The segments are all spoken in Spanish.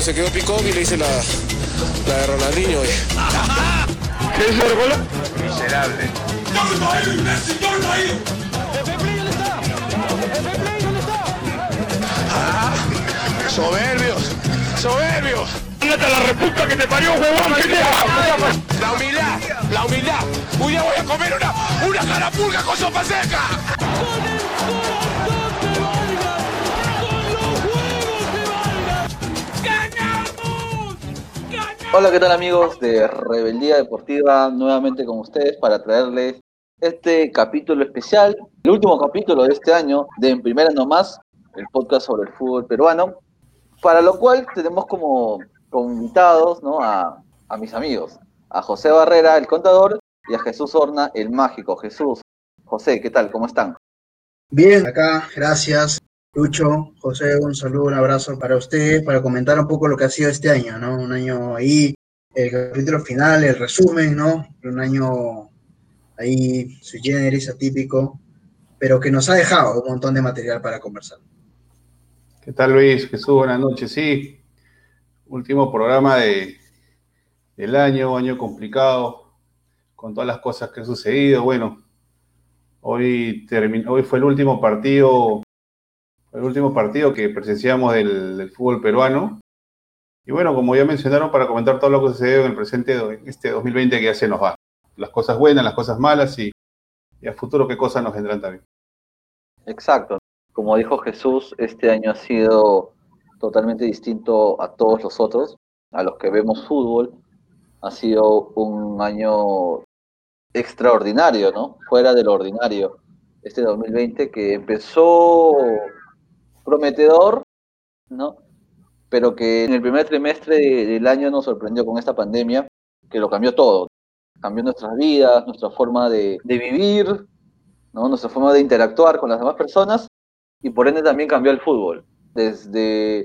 se quedó picón y le hice la de Ronaldinho. ¿Qué es el gol? Miserable. Soberbios. ¡Ándate a la reputa que te parió, huevón! La humildad. Un día voy a comer una carapulga con sopa seca. Hola, ¿qué tal amigos de Rebeldía Deportiva? Nuevamente con ustedes para traerles este capítulo especial, el último capítulo de este año de En Primera Nomás, el podcast sobre el fútbol peruano, para lo cual tenemos como invitados, ¿no? a mis amigos, a José Barrera, el contador, y a Jesús Horna, el mágico. Jesús, José, ¿qué tal? ¿Cómo están? Bien, acá, gracias. Lucho, José, un saludo, un abrazo para usted, para comentar un poco lo que ha sido este año, ¿no? Un año ahí, el capítulo final, el resumen, ¿no? Un año ahí sui generis, atípico, pero que nos ha dejado un montón de material para conversar. ¿Qué tal, Luis? Jesús, buenas noches. Sí, último programa del año complicado, con todas las cosas que han sucedido. Bueno, hoy fue el último partido que presenciamos del fútbol peruano. Y bueno, como ya mencionaron, para comentar todo lo que sucedió en el presente, en este 2020 que ya se nos va. Las cosas buenas, las cosas malas y a futuro qué cosas nos vendrán también. Exacto. Como dijo Jesús, este año ha sido totalmente distinto a todos los otros, a los que vemos fútbol. Ha sido un año extraordinario, ¿no? Fuera de lo ordinario. Este 2020 que empezó prometedor, ¿no? Pero que en el primer trimestre del año nos sorprendió con esta pandemia, que lo cambió todo. Cambió nuestras vidas, nuestra forma de vivir, ¿no? Nuestra forma de interactuar con las demás personas, y por ende también cambió el fútbol. Desde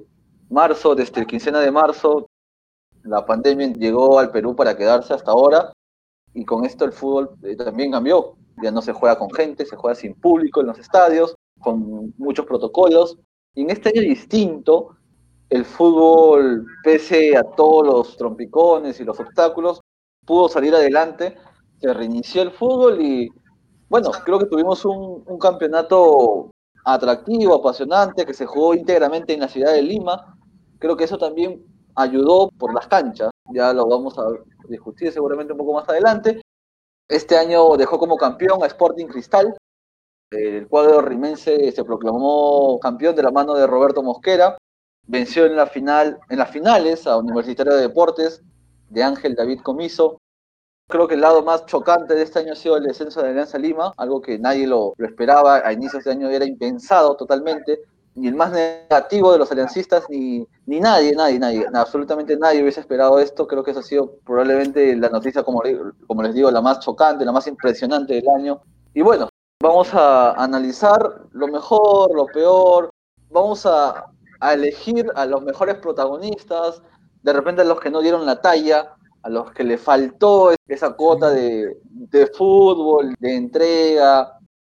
el quincena de marzo, la pandemia llegó al Perú para quedarse hasta ahora, y con esto el fútbol también cambió. Ya no se juega con gente, se juega sin público en los estadios, con muchos protocolos. Y en este año distinto, el fútbol, pese a todos los trompicones y los obstáculos, pudo salir adelante, se reinició el fútbol y, bueno, creo que tuvimos un campeonato atractivo, apasionante, que se jugó íntegramente en la ciudad de Lima. Creo que eso también ayudó por las canchas, ya lo vamos a discutir seguramente un poco más adelante. Este año dejó como campeón a Sporting Cristal. El cuadro rimense se proclamó campeón de la mano de Roberto Mosquera. Venció en las finales a Universitario de Deportes de Ángel David Comiso. Creo que el lado más chocante de este año ha sido el descenso de Alianza Lima, algo que nadie lo esperaba. A inicios de año era impensado totalmente. Ni el más negativo de los aliancistas, ni nadie, absolutamente nadie hubiese esperado esto. Creo que eso ha sido probablemente la noticia, como les digo, la más chocante, la más impresionante del año. Y bueno, vamos a analizar lo mejor, lo peor. Vamos a elegir a los mejores protagonistas, de repente a los que no dieron la talla, a los que le faltó esa cuota de fútbol, de entrega,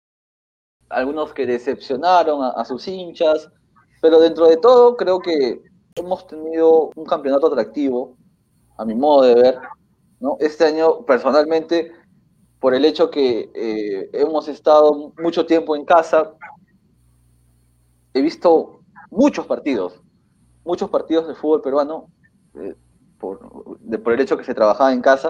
algunos que decepcionaron a sus hinchas, pero dentro de todo creo que hemos tenido un campeonato atractivo, a mi modo de ver, ¿no? Este año, personalmente, por el hecho que hemos estado mucho tiempo en casa, he visto muchos partidos de fútbol peruano, por el hecho que se trabajaba en casa.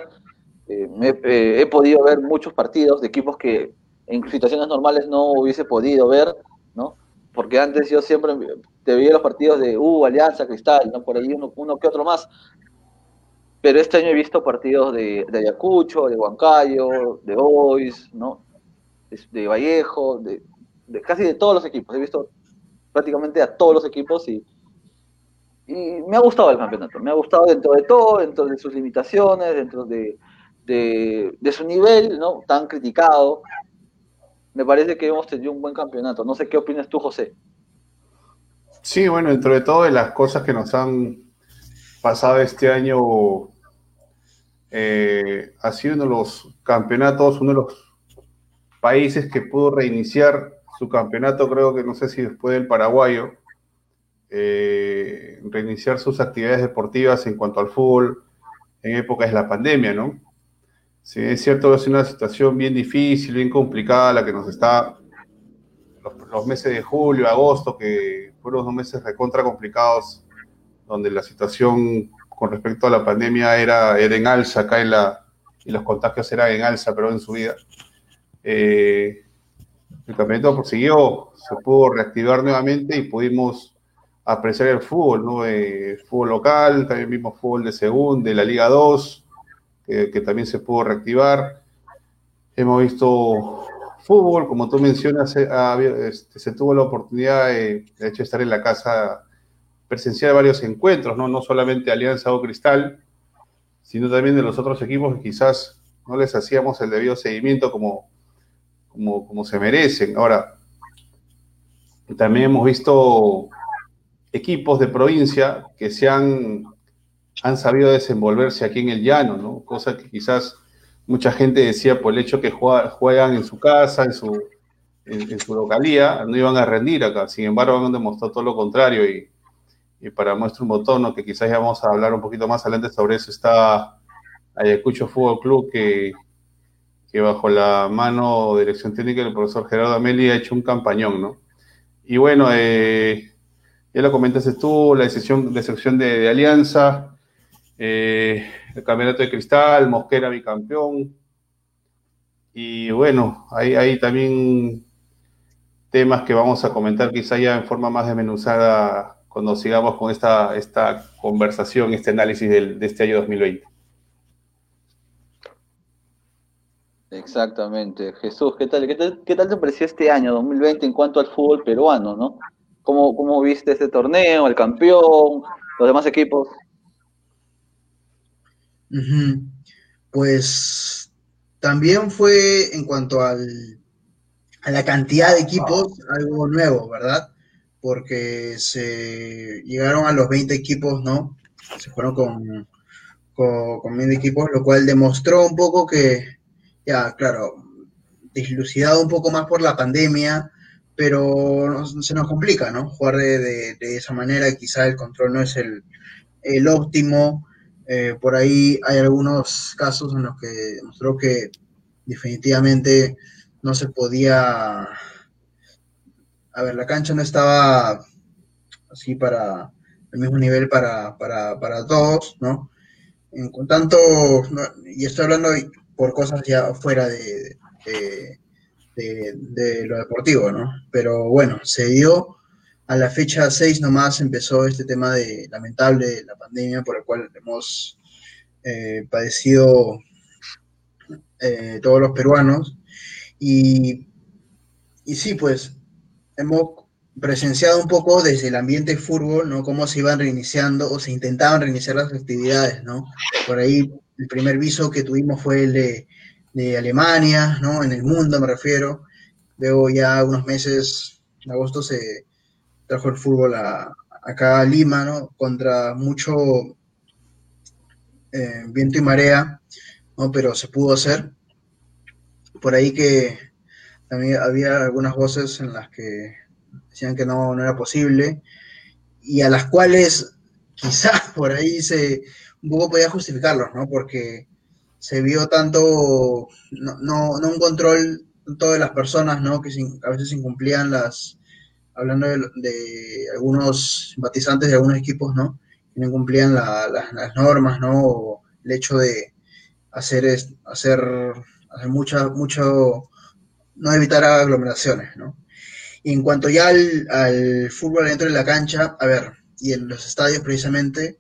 He podido ver muchos partidos de equipos que en situaciones normales no hubiese podido ver, ¿no? Porque antes yo siempre te veía los partidos de Alianza, Cristal, ¿no? Por ahí uno que otro más. Pero este año he visto partidos de Ayacucho, de Huancayo, de Boys, ¿no? De Vallejo, de casi de todos los equipos. He visto prácticamente a todos los equipos y me ha gustado el campeonato. Me ha gustado dentro de todo, dentro de sus limitaciones, dentro de su nivel, ¿no? Tan criticado. Me parece que hemos tenido un buen campeonato. No sé qué opinas tú, José. Sí, bueno, dentro de todo de las cosas que nos han pasado este año, ha sido uno de los campeonatos, uno de los países que pudo reiniciar su campeonato, creo que no sé si después del paraguayo, reiniciar sus actividades deportivas en cuanto al fútbol en épocas de la pandemia, ¿no? Sí, es cierto que es una situación bien difícil, bien complicada la que nos está, los meses de julio, agosto, que fueron unos meses recontra complicados, donde la situación con respecto a la pandemia era en alza acá y los contagios eran en alza, pero en subida. El campeonato prosiguió, se pudo reactivar nuevamente y pudimos apreciar el fútbol, ¿no? Fútbol local, también vimos fútbol de segunda, de la Liga 2, que también se pudo reactivar. Hemos visto fútbol, como tú mencionas, se tuvo la oportunidad de hecho, estar en la casa, presenciar varios encuentros, ¿no? No solamente Alianza o Cristal, sino también de los otros equipos que quizás no les hacíamos el debido seguimiento como se merecen. Ahora, también hemos visto equipos de provincia que han sabido desenvolverse aquí en el llano, ¿no? Cosa que quizás mucha gente decía por el hecho que juegan en su casa, en su localía, no iban a rendir acá. Sin embargo, han demostrado todo lo contrario y para muestra un botón, ¿no? Que quizás ya vamos a hablar un poquito más adelante sobre eso, está Ayacucho Fútbol Club, que bajo la mano de dirección técnica del profesor Gerardo Ameli ha hecho un campañón, ¿no? Y bueno, ya lo comentaste tú, la decepción de Alianza, el campeonato de Cristal, Mosquera bicampeón, y bueno, hay también temas que vamos a comentar quizá ya en forma más desmenuzada cuando sigamos con esta conversación, este análisis de este año 2020. Exactamente. Jesús, ¿qué tal te pareció este año 2020 en cuanto al fútbol peruano, ¿no? ¿Cómo viste este torneo, el campeón, los demás equipos? Ujú. Pues también fue en cuanto a la cantidad de equipos algo nuevo, ¿verdad? Porque se llegaron a los 20 equipos, ¿no? Se fueron con 20 equipos, lo cual demostró un poco que, ya, claro, dislucidado un poco más por la pandemia, pero se nos complica, ¿no? Jugar de esa manera, quizá el control no es el óptimo. Por ahí hay algunos casos en los que demostró que definitivamente no se podía. A ver, la cancha no estaba así para el mismo nivel para todos, ¿no? En tanto, no, y estoy hablando por cosas ya fuera de lo deportivo, ¿no? Pero bueno, se dio a la fecha 6 nomás empezó este tema lamentable de la pandemia por el cual hemos padecido todos los peruanos y sí, pues hemos presenciado un poco desde el ambiente de fútbol, ¿no? Cómo se iban reiniciando o se intentaban reiniciar las actividades, ¿no? Por ahí el primer viso que tuvimos fue el de Alemania, ¿no? En el mundo me refiero. Luego ya unos meses, en agosto se trajo el fútbol acá a Lima, ¿no? Contra mucho viento y marea, ¿no? Pero se pudo hacer. Por ahí que también había algunas voces en las que decían que no era posible y a las cuales quizás por ahí un poco podía justificarlos, ¿no? Porque se vio tanto, no un control tanto de las personas, ¿no? Que a veces incumplían hablando de algunos simpatizantes de algunos equipos, ¿no? Que no cumplían las normas, ¿no? O el hecho de hacer mucho, no evitar aglomeraciones, ¿no? Y en cuanto ya al fútbol dentro de la cancha, a ver, y en los estadios precisamente,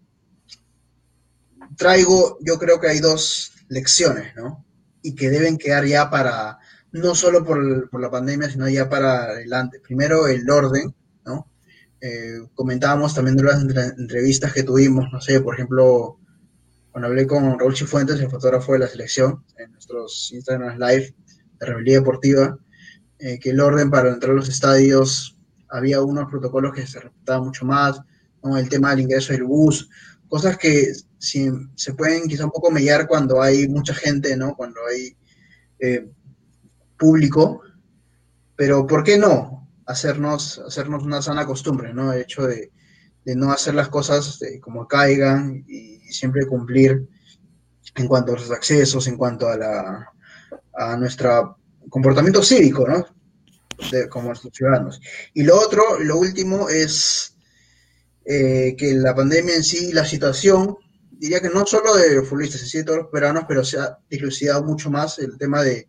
yo creo que hay dos lecciones, ¿no? Y que deben quedar ya no solo por la pandemia, sino ya para adelante. Primero, el orden, ¿no? Comentábamos también de las entrevistas que tuvimos, no sé, por ejemplo, cuando hablé con Raúl Chifuentes, el fotógrafo de la selección, en nuestros Instagram Live de Rebeldía Deportiva, que el orden para entrar a los estadios, había unos protocolos que se respetaban mucho más, ¿no? El tema del ingreso del bus, cosas que se pueden quizá un poco mellar cuando hay mucha gente, ¿no? Cuando hay público, pero ¿por qué no hacernos una sana costumbre, ¿no? El hecho de de no hacer las cosas como caigan y siempre cumplir en cuanto a los accesos, en cuanto a nuestro comportamiento cívico, ¿no? Como ciudadanos. Y lo último es que la pandemia en sí, la situación, diría que no solo de los futbolistas, en sí de todos los peruanos, pero se ha dilucidado mucho más el tema de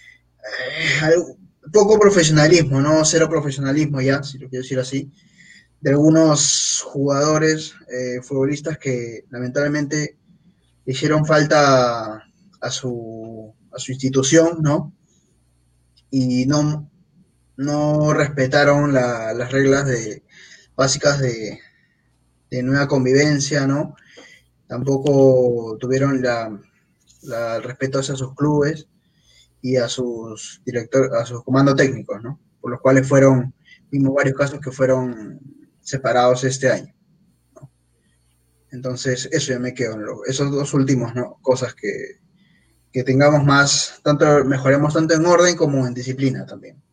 poco profesionalismo, ¿no? Cero profesionalismo ya, si lo quiero decir así, de algunos jugadores, futbolistas que lamentablemente le hicieron falta a su institución, ¿no? Y no respetaron las reglas básicas de nueva convivencia, ¿no? Tampoco tuvieron el respeto hacia sus clubes y a sus a sus comandos técnicos, ¿no? Por los cuales vimos varios casos que fueron separados este año, ¿no? Entonces, eso ya me quedo, ¿no? Esos dos últimos, ¿no? Cosas que tengamos mejoremos tanto en orden como en disciplina también.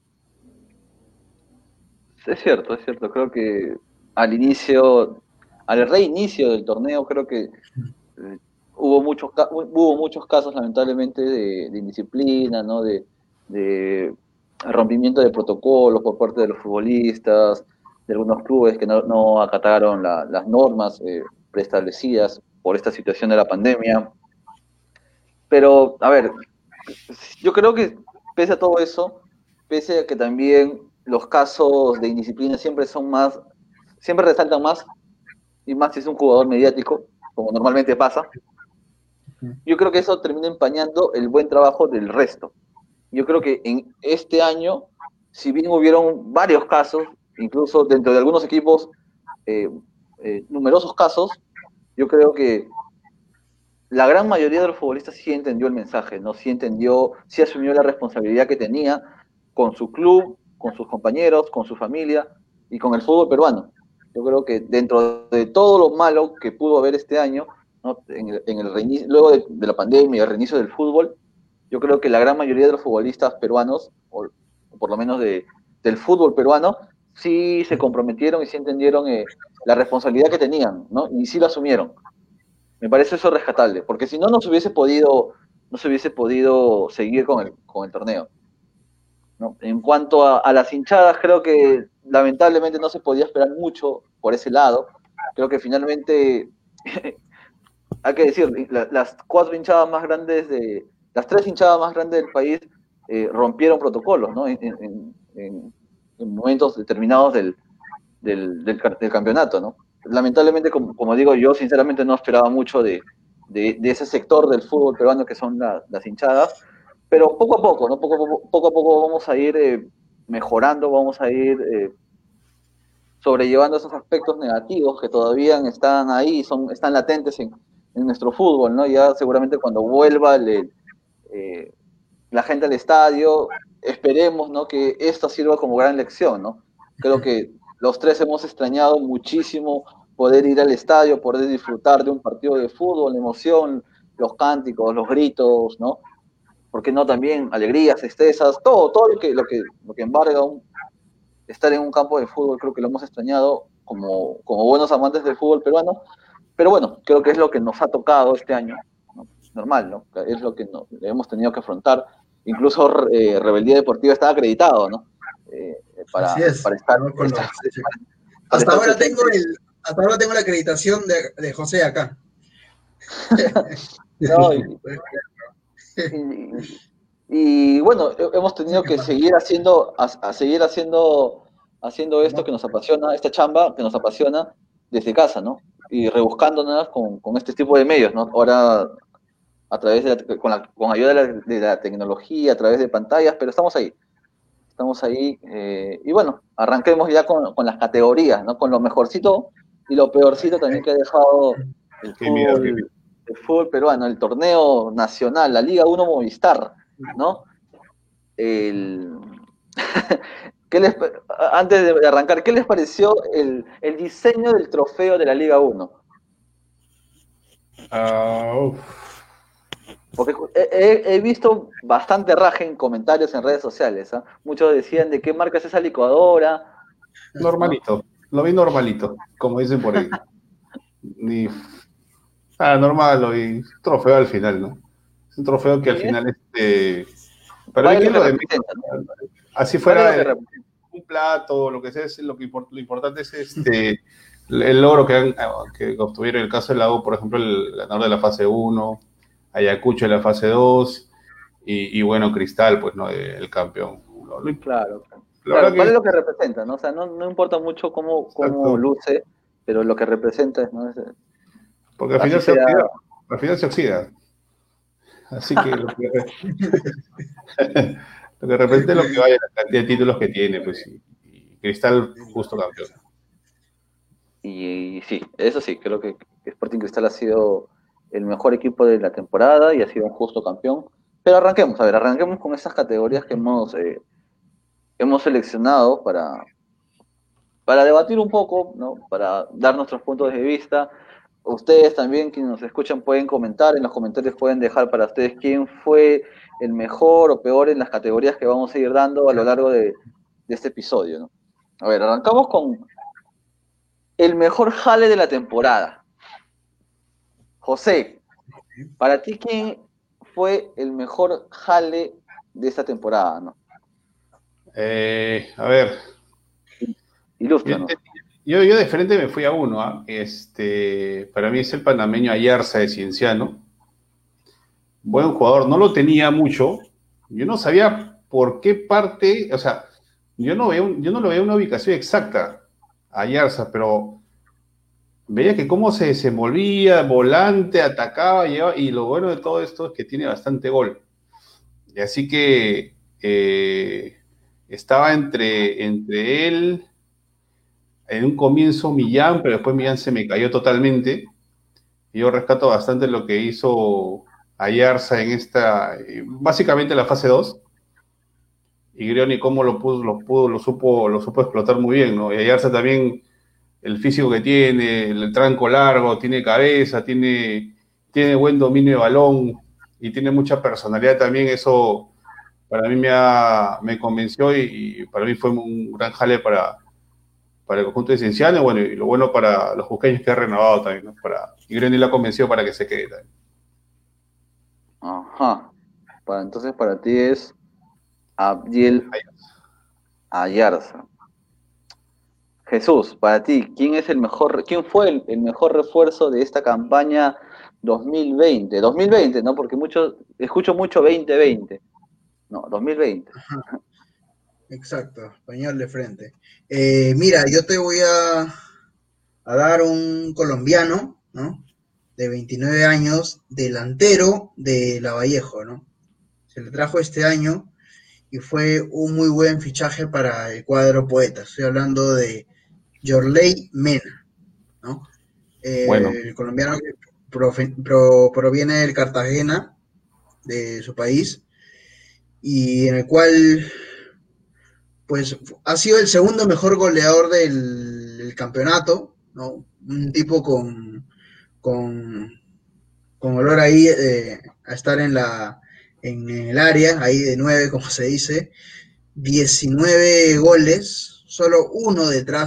Es cierto, es cierto. Creo que al reinicio del torneo, creo que hubo muchos casos, lamentablemente, de indisciplina, ¿no? De rompimiento de protocolos por parte de los futbolistas, de algunos clubes que no acataron las normas preestablecidas por esta situación de la pandemia. Pero, a ver, yo creo que pese a todo eso, pese a que también los casos de indisciplina siempre resaltan más, y más si es un jugador mediático, como normalmente pasa, yo creo que eso termina empañando el buen trabajo del resto. Yo creo que en este año, si bien hubieron varios casos, incluso dentro de algunos equipos, numerosos casos, yo creo que la gran mayoría de los futbolistas sí entendió el mensaje, ¿no? Sí asumió la responsabilidad que tenía con su club, con sus compañeros, con su familia y con el fútbol peruano. Yo creo que dentro de todo lo malo que pudo haber este año, ¿no? Luego de la pandemia, el reinicio del fútbol, yo creo que la gran mayoría de los futbolistas peruanos, o por lo menos del fútbol peruano, sí se comprometieron y sí entendieron la responsabilidad que tenían, ¿no? Y sí lo asumieron. Me parece eso rescatable, porque si no se hubiese podido seguir con el torneo, ¿no? En cuanto a las hinchadas, creo que lamentablemente no se podía esperar mucho por ese lado. Creo que finalmente, hay que decir, las tres hinchadas más grandes del país rompieron protocolos, ¿no? En momentos determinados del campeonato, ¿no? Lamentablemente, como digo, yo sinceramente no esperaba mucho de ese sector del fútbol peruano que son las hinchadas, pero poco a poco, ¿no? Poco a poco vamos a ir mejorando, vamos a ir sobrellevando esos aspectos negativos que todavía están ahí, están latentes en nuestro fútbol, ¿no? Ya seguramente cuando vuelva la gente al estadio, esperemos, ¿no? Que esto sirva como gran lección, ¿no? Creo que los tres hemos extrañado muchísimo poder ir al estadio, poder disfrutar de un partido de fútbol, la emoción, los cánticos, los gritos, ¿no? ¿Por qué no también alegrías, tristezas, todo lo que embarga estar en un campo de fútbol? Creo que lo hemos extrañado como buenos amantes del fútbol peruano, pero bueno, creo que es lo que nos ha tocado este año, ¿no? Normal, ¿no? Es lo que hemos tenido que afrontar. Incluso Rebeldía Deportiva está acreditado, ¿no? Así es, para estar, ¿no? Hasta ahora tengo la acreditación de José acá. No, y bueno, hemos tenido que seguir haciendo esto que nos apasiona, esta chamba que nos apasiona desde casa, ¿no? Y rebuscándonos con este tipo de medios, ¿no? Ahora a través con ayuda de la tecnología, a través de pantallas, pero estamos ahí. Y bueno, arranquemos ya con las categorías, ¿no? Con lo mejorcito y lo peorcito también que ha dejado el fútbol peruano, el torneo nacional, la Liga 1 Movistar, ¿no? Antes de arrancar, ¿qué les pareció el diseño del trofeo de la Liga 1? Porque he visto bastante raje en comentarios en redes sociales, ¿eh? Muchos decían de qué marca es esa licuadora. Normalito. Lo vi normalito, como dicen por ahí. Ni, normal, lo vi. Trofeo al final, ¿no? Es un trofeo que al final, para mí Vale que lo que lo de representa, ¿no? así Vale fuera lo que representa. un plato, lo que sea, lo importante es el logro que obtuvieron en el caso de la U, por ejemplo, el ganador de la fase 1, Ayacucho en la fase 2, y bueno, Cristal, pues, ¿no? El campeón. Claro, claro. La Claro, verdad vale que, lo que representa, ¿no? O sea, no importa mucho cómo exacto, luce, pero lo que representa, ¿no? porque al Así final sea. al final se oxida. Así que lo que representa es lo que vaya, la cantidad de títulos que tiene, pues, y Cristal justo campeón. Y sí, eso sí, creo que Sporting Cristal ha sido el mejor equipo de la temporada y ha sido un justo campeón. Pero arranquemos con esas categorías que hemos seleccionado para debatir un poco, ¿no? Para dar nuestros puntos de vista. Ustedes también, quienes nos escuchan, pueden comentar, en los comentarios pueden dejar para ustedes quién fue el mejor o peor en las categorías que vamos a ir dando a lo largo de este episodio, ¿no? A ver, arrancamos con el mejor jale de la temporada. José, para ti, ¿quién fue el mejor jale de esta temporada, no? A ver, Ilústranos. yo de frente me fui a uno, ¿ah? Para mí es el panameño Ayarza de Cienciano. Buen jugador, no lo tenía mucho. Yo no sabía por qué parte, o sea, yo no lo veía una ubicación exacta a Ayarza, pero veía que cómo se desenvolvía, volante, atacaba, llevaba, y lo bueno de todo esto es que tiene bastante gol. Y así que estaba entre él, en un comienzo Millán, pero después Millán se me cayó totalmente. Y yo rescato bastante lo que hizo Ayarza en básicamente la fase 2. Y Grioni cómo lo supo explotar muy bien, ¿no? Y Ayarza también, el físico que tiene, el tranco largo, tiene cabeza, tiene buen dominio de balón y tiene mucha personalidad también. Eso para mí me convenció y para mí fue un gran jale para el conjunto de Cienciano, bueno, y lo bueno para los jujeños que ha renovado también, ¿no? Y Greni lo ha convencido para que se quede también. Ajá. Entonces para ti es Abdiel Ayarza. Jesús, para ti, quién fue el mejor refuerzo de esta campaña 2020? 2020, ¿no? Porque escucho mucho 2020. No, 2020. Ajá, exacto, español de frente. Mira, yo te voy a dar un colombiano, ¿no? De 29 años, delantero de Lavallejo, ¿no? Se le trajo este año y fue un muy buen fichaje para el cuadro poeta. Estoy hablando de Yorley Mena, ¿no? Bueno, El colombiano que proviene del Cartagena, de su país, y en el cual pues ha sido el segundo mejor goleador del campeonato, ¿no? Un tipo con, con olor ahí a estar en el área, ahí de 9, como se dice, 19 goles, solo uno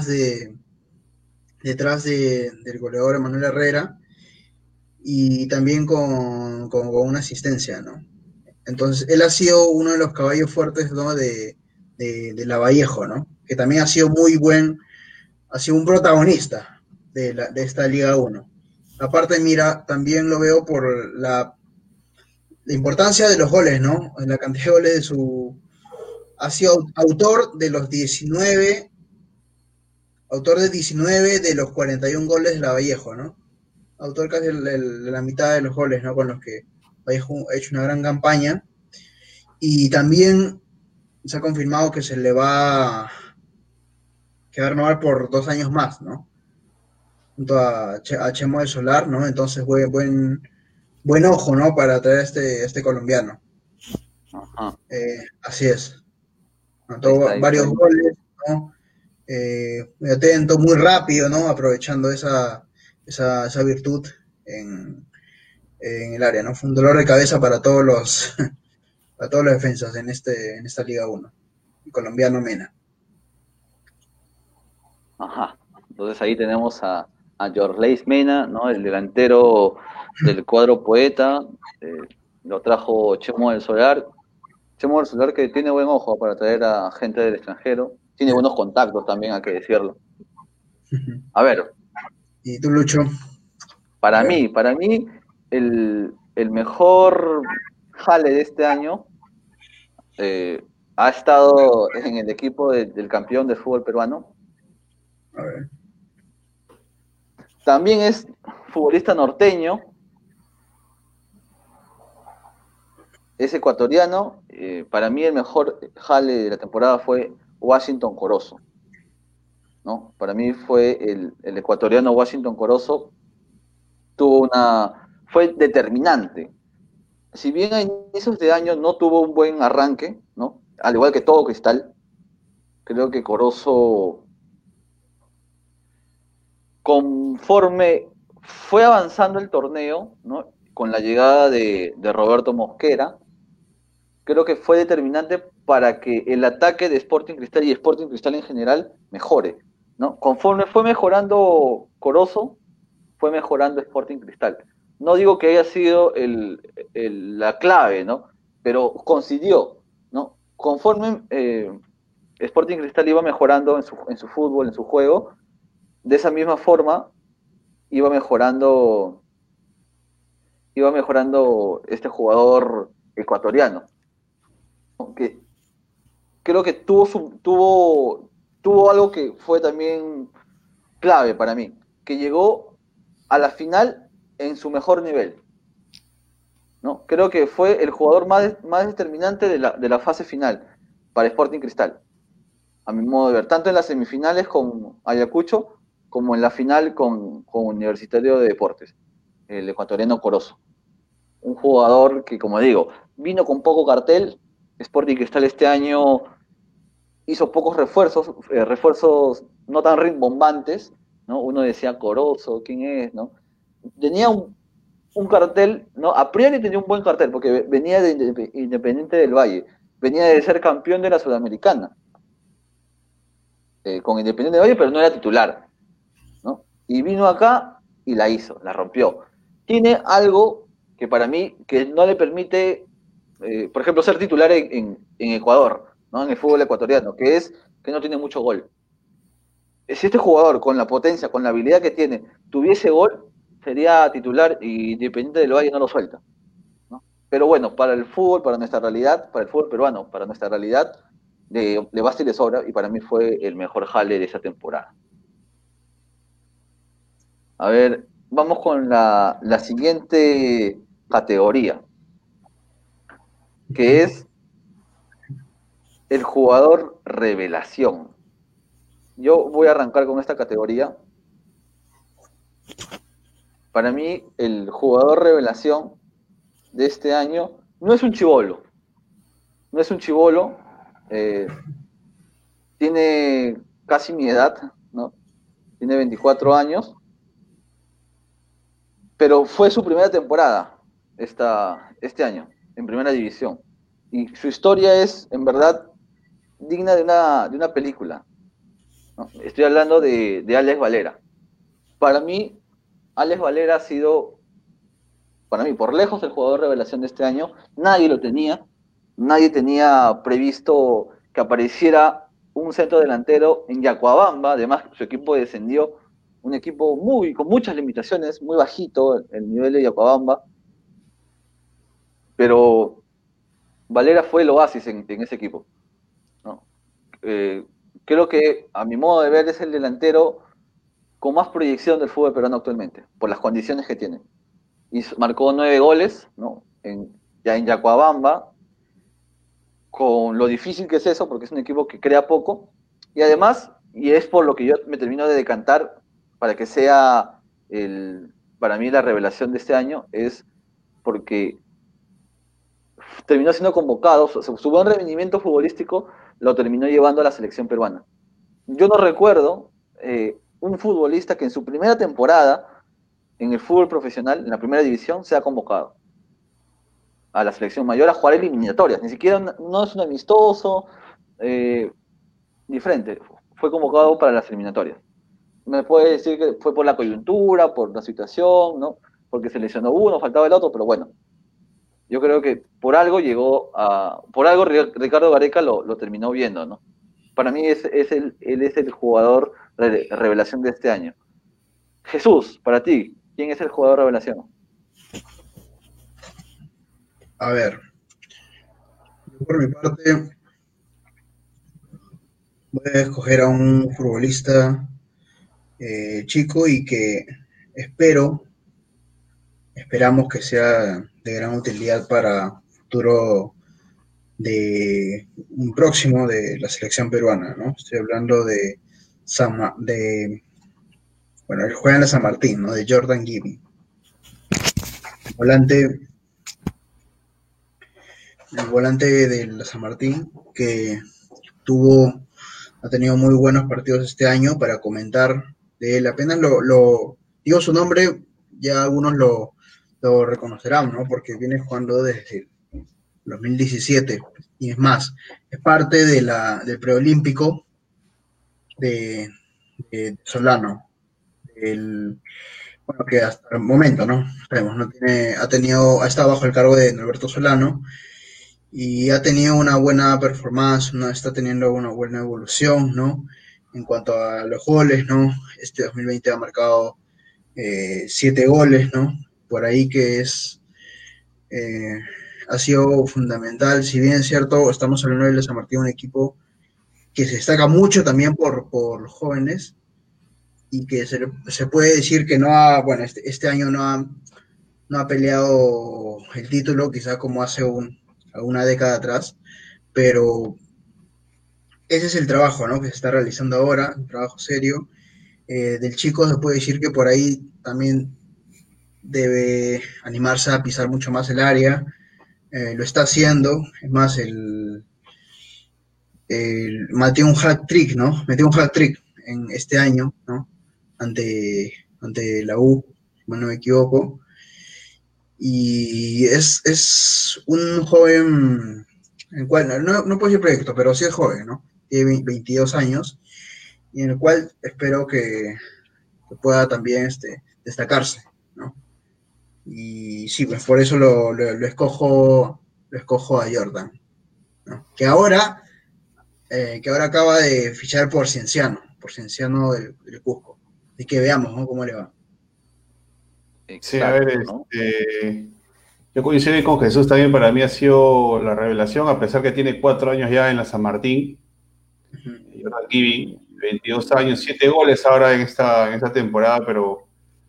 del goleador Emanuel Herrera, y también con una asistencia, ¿no? Entonces, él ha sido uno de los caballos fuertes, ¿no? de Lavallejo, ¿no? Que también ha sido un protagonista de esta Liga 1. Aparte, mira, también lo veo por la importancia de los goles, ¿no? En la cantidad de goles ha sido autor de los 19, autor de 19 de los 41 goles de Lavallejo, ¿no? Autor casi de la mitad de los goles, ¿no? Con los que Vallejo ha hecho una gran campaña. Y también se ha confirmado que se le va a renovar por 2 años más, ¿no? Junto a Chemo del Solar, ¿no? Entonces, buen ojo, ¿no? Para traer a este colombiano. Ajá. Así es. Ahí Anotó está, ahí está. varios goles, ¿no? Muy atento, muy rápido, ¿no? Aprovechando esa virtud en el área, ¿no? Fue un dolor de cabeza para todos los defensas en esta Liga 1. El colombiano Mena. Ajá. Entonces ahí tenemos a Jorleis Mena, ¿no? El delantero del cuadro Poeta, lo trajo Chemo del Solar. Chemo del Solar que tiene buen ojo para traer a gente del extranjero, tiene buenos contactos también, hay que decirlo. A ver, ¿Y tú, Lucho? para mí, el mejor jale de este año ha estado en el equipo del campeón del fútbol peruano. A ver. También es futbolista norteño, es ecuatoriano. Para mí el mejor jale de la temporada fue Washington Corozo, ¿no? Para mí fue el ecuatoriano Washington Corozo, fue determinante. Si bien a inicios de año no tuvo un buen arranque, ¿no? Al igual que todo Cristal, creo que Corozo, conforme fue avanzando el torneo, ¿no? Con la llegada de Roberto Mosquera, creo que fue determinante para que el ataque de Sporting Cristal y Sporting Cristal en general mejore, ¿no? Conforme fue mejorando Corozo, fue mejorando Sporting Cristal. No digo que haya sido la clave, ¿no? Pero coincidió, ¿no? Conforme Sporting Cristal iba mejorando en su fútbol, en su juego, de esa misma forma iba mejorando este jugador ecuatoriano, ¿no? Que creo que tuvo algo que fue también clave para mí, que llegó a la final en su mejor nivel, ¿no? Creo que fue el jugador más determinante de la fase final para Sporting Cristal, a mi modo de ver, tanto en las semifinales con Ayacucho como en la final con Universitario de Deportes, el ecuatoriano Corozo. Un jugador que, como digo, vino con poco cartel. Sporting Cristal este año hizo pocos refuerzos no tan rimbombantes, ¿no? Uno decía Corozo, ¿quién es? ¿No? Tenía un cartel, ¿no? A priori tenía un buen cartel, porque venía de Independiente del Valle, venía de ser campeón de la Sudamericana, con Independiente del Valle, pero no era titular, ¿no? Y vino acá y la hizo, la rompió. Tiene algo que para mí, que no le permite, por ejemplo, ser titular en Ecuador, ¿no? En el fútbol ecuatoriano, que es que no tiene mucho gol. Si este jugador, con la potencia, con la habilidad que tiene, tuviese gol, sería titular y Independiente del Valle no lo suelta, ¿no? Pero bueno, para el fútbol, para nuestra realidad, para el fútbol peruano, para nuestra realidad, le basta y le sobra, y para mí fue el mejor jale de esa temporada. A ver, vamos con la siguiente categoría, que es el jugador revelación. Yo voy a arrancar con esta categoría. Para mí, el jugador revelación de este año no es un chibolo. No es un chibolo. Tiene casi mi edad, ¿no? Tiene 24 años. Pero fue su primera temporada este año, en primera división. Y su historia es, en verdad, digna de una película, ¿no? Estoy hablando de Alex Valera. Para mí, Alex Valera ha sido, para mí, por lejos el jugador revelación de este año. Nadie lo tenía. Nadie tenía previsto que apareciera un centro delantero en Yacuabamba. Además, su equipo descendió, un equipo con muchas limitaciones, muy bajito el nivel de Yacuabamba. Pero Valera fue el oasis en ese equipo, ¿no? Creo que, a mi modo de ver, es el delantero con más proyección del fútbol peruano actualmente, por las condiciones que tiene. Y marcó 9 goles, ¿no? Ya en Yacuabamba, con lo difícil que es eso, porque es un equipo que crea poco. Y además, y es por lo que yo me termino de decantar para que sea para mí la revelación de este año, es porque terminó siendo convocado, su buen rendimiento futbolístico lo terminó llevando a la selección peruana. Yo no recuerdo un futbolista que en su primera temporada en el fútbol profesional, en la primera división, sea convocado a la selección mayor a jugar eliminatorias. Ni siquiera no es un amistoso, diferente. Fue convocado para las eliminatorias. me puede decir que fue por la coyuntura, por la situación, ¿no? Porque se lesionó uno, faltaba el otro, pero bueno, yo creo que por algo Ricardo Gareca lo terminó viendo, ¿no? Para mí él es el jugador revelación de este año. Jesús, para ti, ¿quién es el jugador revelación? A ver, yo por mi parte voy a escoger a un futbolista chico y que espero, esperamos que sea de gran utilidad para futuro de un próximo de la selección peruana, ¿no? Estoy hablando de bueno, él juega en la San Martín, ¿no? De Jordan Giving. Volante, el volante de la San Martín, que ha tenido muy buenos partidos este año para comentar de él. Apenas digo su nombre, ya algunos lo reconocerán, ¿no? Porque viene jugando desde 2017 y es más, es parte del preolímpico de Solano, bueno, que hasta el momento, ¿no? Sabemos, ha estado bajo el cargo de Norberto Solano y ha tenido una buena performance, ¿no? Está teniendo una buena evolución, ¿no? En cuanto a los goles, ¿no? Este 2020 ha marcado 7 goles, ¿no? Por ahí ha sido fundamental. Si bien es cierto, estamos hablando de San Martín, un equipo que se destaca mucho también por los jóvenes y que se puede decir que bueno, este año no ha peleado el título, quizá como hace una década atrás, pero ese es el trabajo, ¿no? Que se está realizando ahora, un trabajo serio. Del chico se puede decir que por ahí también debe animarse a pisar mucho más el área, lo está haciendo, es más, metió un hat trick, ¿no? Metió un hat trick en este año, ¿no? Ante la U, si no me equivoco. Y es un joven, en el cual, no puedo decir proyecto, pero sí es joven, ¿no? Tiene 22 años, y en el cual espero que pueda también destacarse, ¿no? Y sí, pues por eso lo escojo a Jordan, ¿no? Que ahora acaba de fichar por Cienciano del Cusco. Así que veamos, ¿no? Cómo le va. Sí, a ver, Exacto, ¿no? yo coincido con Jesús, también para mí ha sido la revelación, a pesar que tiene 4 años ya en la San Martín. Jordan Giving, 22 años, 7 goles ahora en esta temporada, pero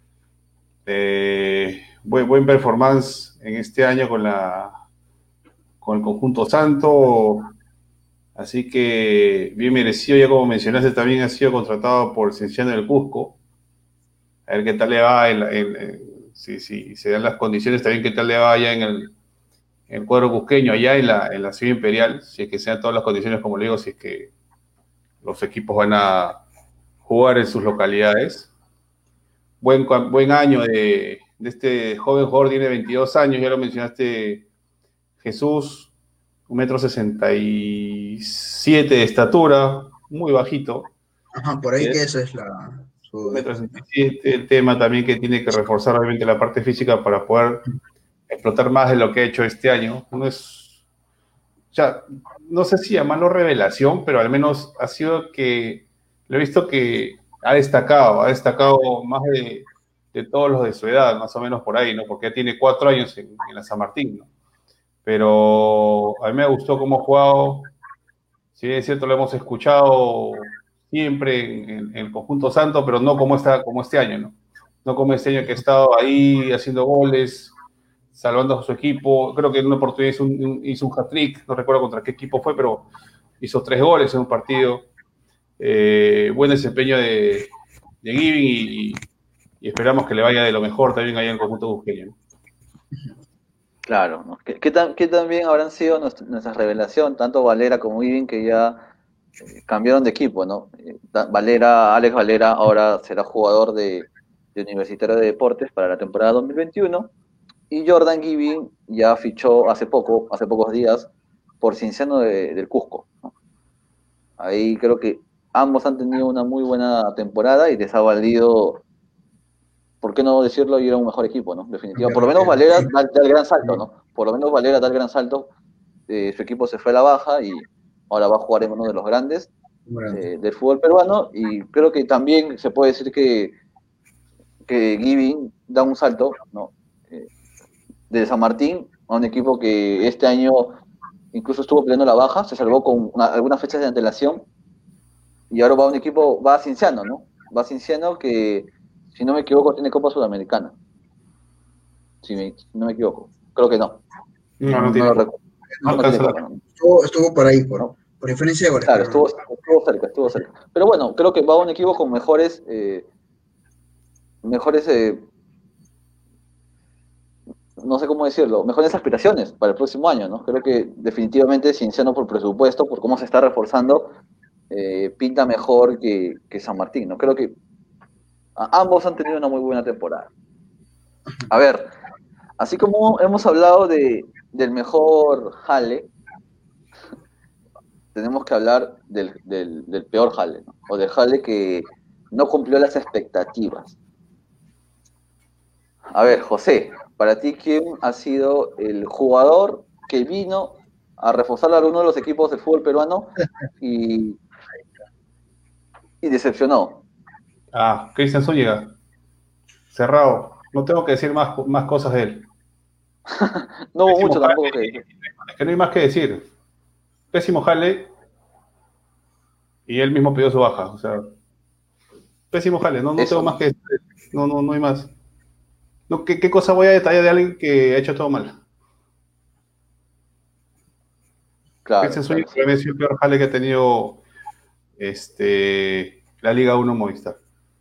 buen performance en este año con el conjunto santo, así que bien merecido. Ya como mencionaste, también ha sido contratado por Cienciano del Cusco. A ver qué tal le va, si se dan las condiciones, también qué tal le va allá en el cuadro cusqueño, allá en la Ciudad Imperial, si es que sean todas las condiciones, como le digo, si es que los equipos van a jugar en sus localidades. Buen año de este joven jugador, tiene 22 años, ya lo mencionaste, Jesús, 1,67 m de estatura, muy bajito. Ajá, por ahí que eso es su 1,67 m, el tema también que tiene que reforzar obviamente la parte física para poder explotar más de lo que ha hecho este año. No sé si llamarlo revelación, pero al menos ha sido que lo he visto que ha destacado más de todos los de su edad, más o menos por ahí, ¿no? Porque ya tiene 4 años en la San Martín, ¿no? Pero a mí me gustó cómo ha jugado. Si bien es cierto, lo hemos escuchado siempre en el conjunto santo, pero no como este año, ¿no? No como este año que ha estado ahí haciendo goles, salvando a su equipo. Creo que en una oportunidad hizo un hat-trick, no recuerdo contra qué equipo fue, pero hizo 3 goles en un partido. Buen desempeño de Giving y esperamos que le vaya de lo mejor también allá en el conjunto busqueño. Claro, ¿no? ¿Qué también habrán sido nuestras revelaciones, tanto Valera como Ivin, que ya cambiaron de equipo, ¿no? Alex Valera ahora será jugador de Universitario de Deportes para la temporada 2021, y Jordan Giving ya fichó hace pocos días, por Cienciano del Cusco, ¿no? Ahí creo que ambos han tenido una muy buena temporada y les ha valido, ¿por qué no decirlo? Ir a un mejor equipo, ¿no? Definitivamente. Por lo menos Valera da el gran salto, ¿no? Por lo menos Valera da el gran salto. Su equipo se fue a la baja y ahora va a jugar en uno de los grandes del fútbol peruano, y creo que también se puede decir que Giving da un salto, ¿no? De San Martín a un equipo que este año incluso estuvo peleando la baja, se salvó con algunas fechas de antelación, y ahora va a un equipo, va a Cienciano, ¿no? Va a Cienciano que, si no me equivoco, tiene Copa Sudamericana. Si no me equivoco. Creo que no. No tiene. No lo recuerdo. No No tiene alcanza. Copa, ¿no? Estuvo por ahí, ¿No? por diferencia de goles. Claro, pero estuvo cerca. Pero bueno, creo que va a un equipo con mejores no sé cómo decirlo, mejores aspiraciones para el próximo año, ¿no? Creo que definitivamente Cienciano, por presupuesto, por cómo se está reforzando, pinta mejor que San Martín, ¿no? Creo que ambos han tenido una muy buena temporada. A ver, así como hemos hablado del mejor jale, tenemos que hablar del peor jale, ¿no? O del jale que no cumplió las expectativas. A ver, José, para ti, ¿quién ha sido el jugador que vino a reforzar a uno de los equipos del fútbol peruano y decepcionó? Cristian Zúñiga. Cerrado. No tengo que decir más cosas de él. No hubo Pésimo mucho jale. tampoco que decir. Es que no hay más que decir. Pésimo jale y él mismo pidió su baja. O sea, pésimo jale. No Eso, tengo más que decir. No hay más. No, ¿qué cosa voy a detallar de alguien que ha hecho todo mal? claro, Cristian Zúñiga sí. para mí ha sido el peor jale que ha tenido la Liga 1 Movistar.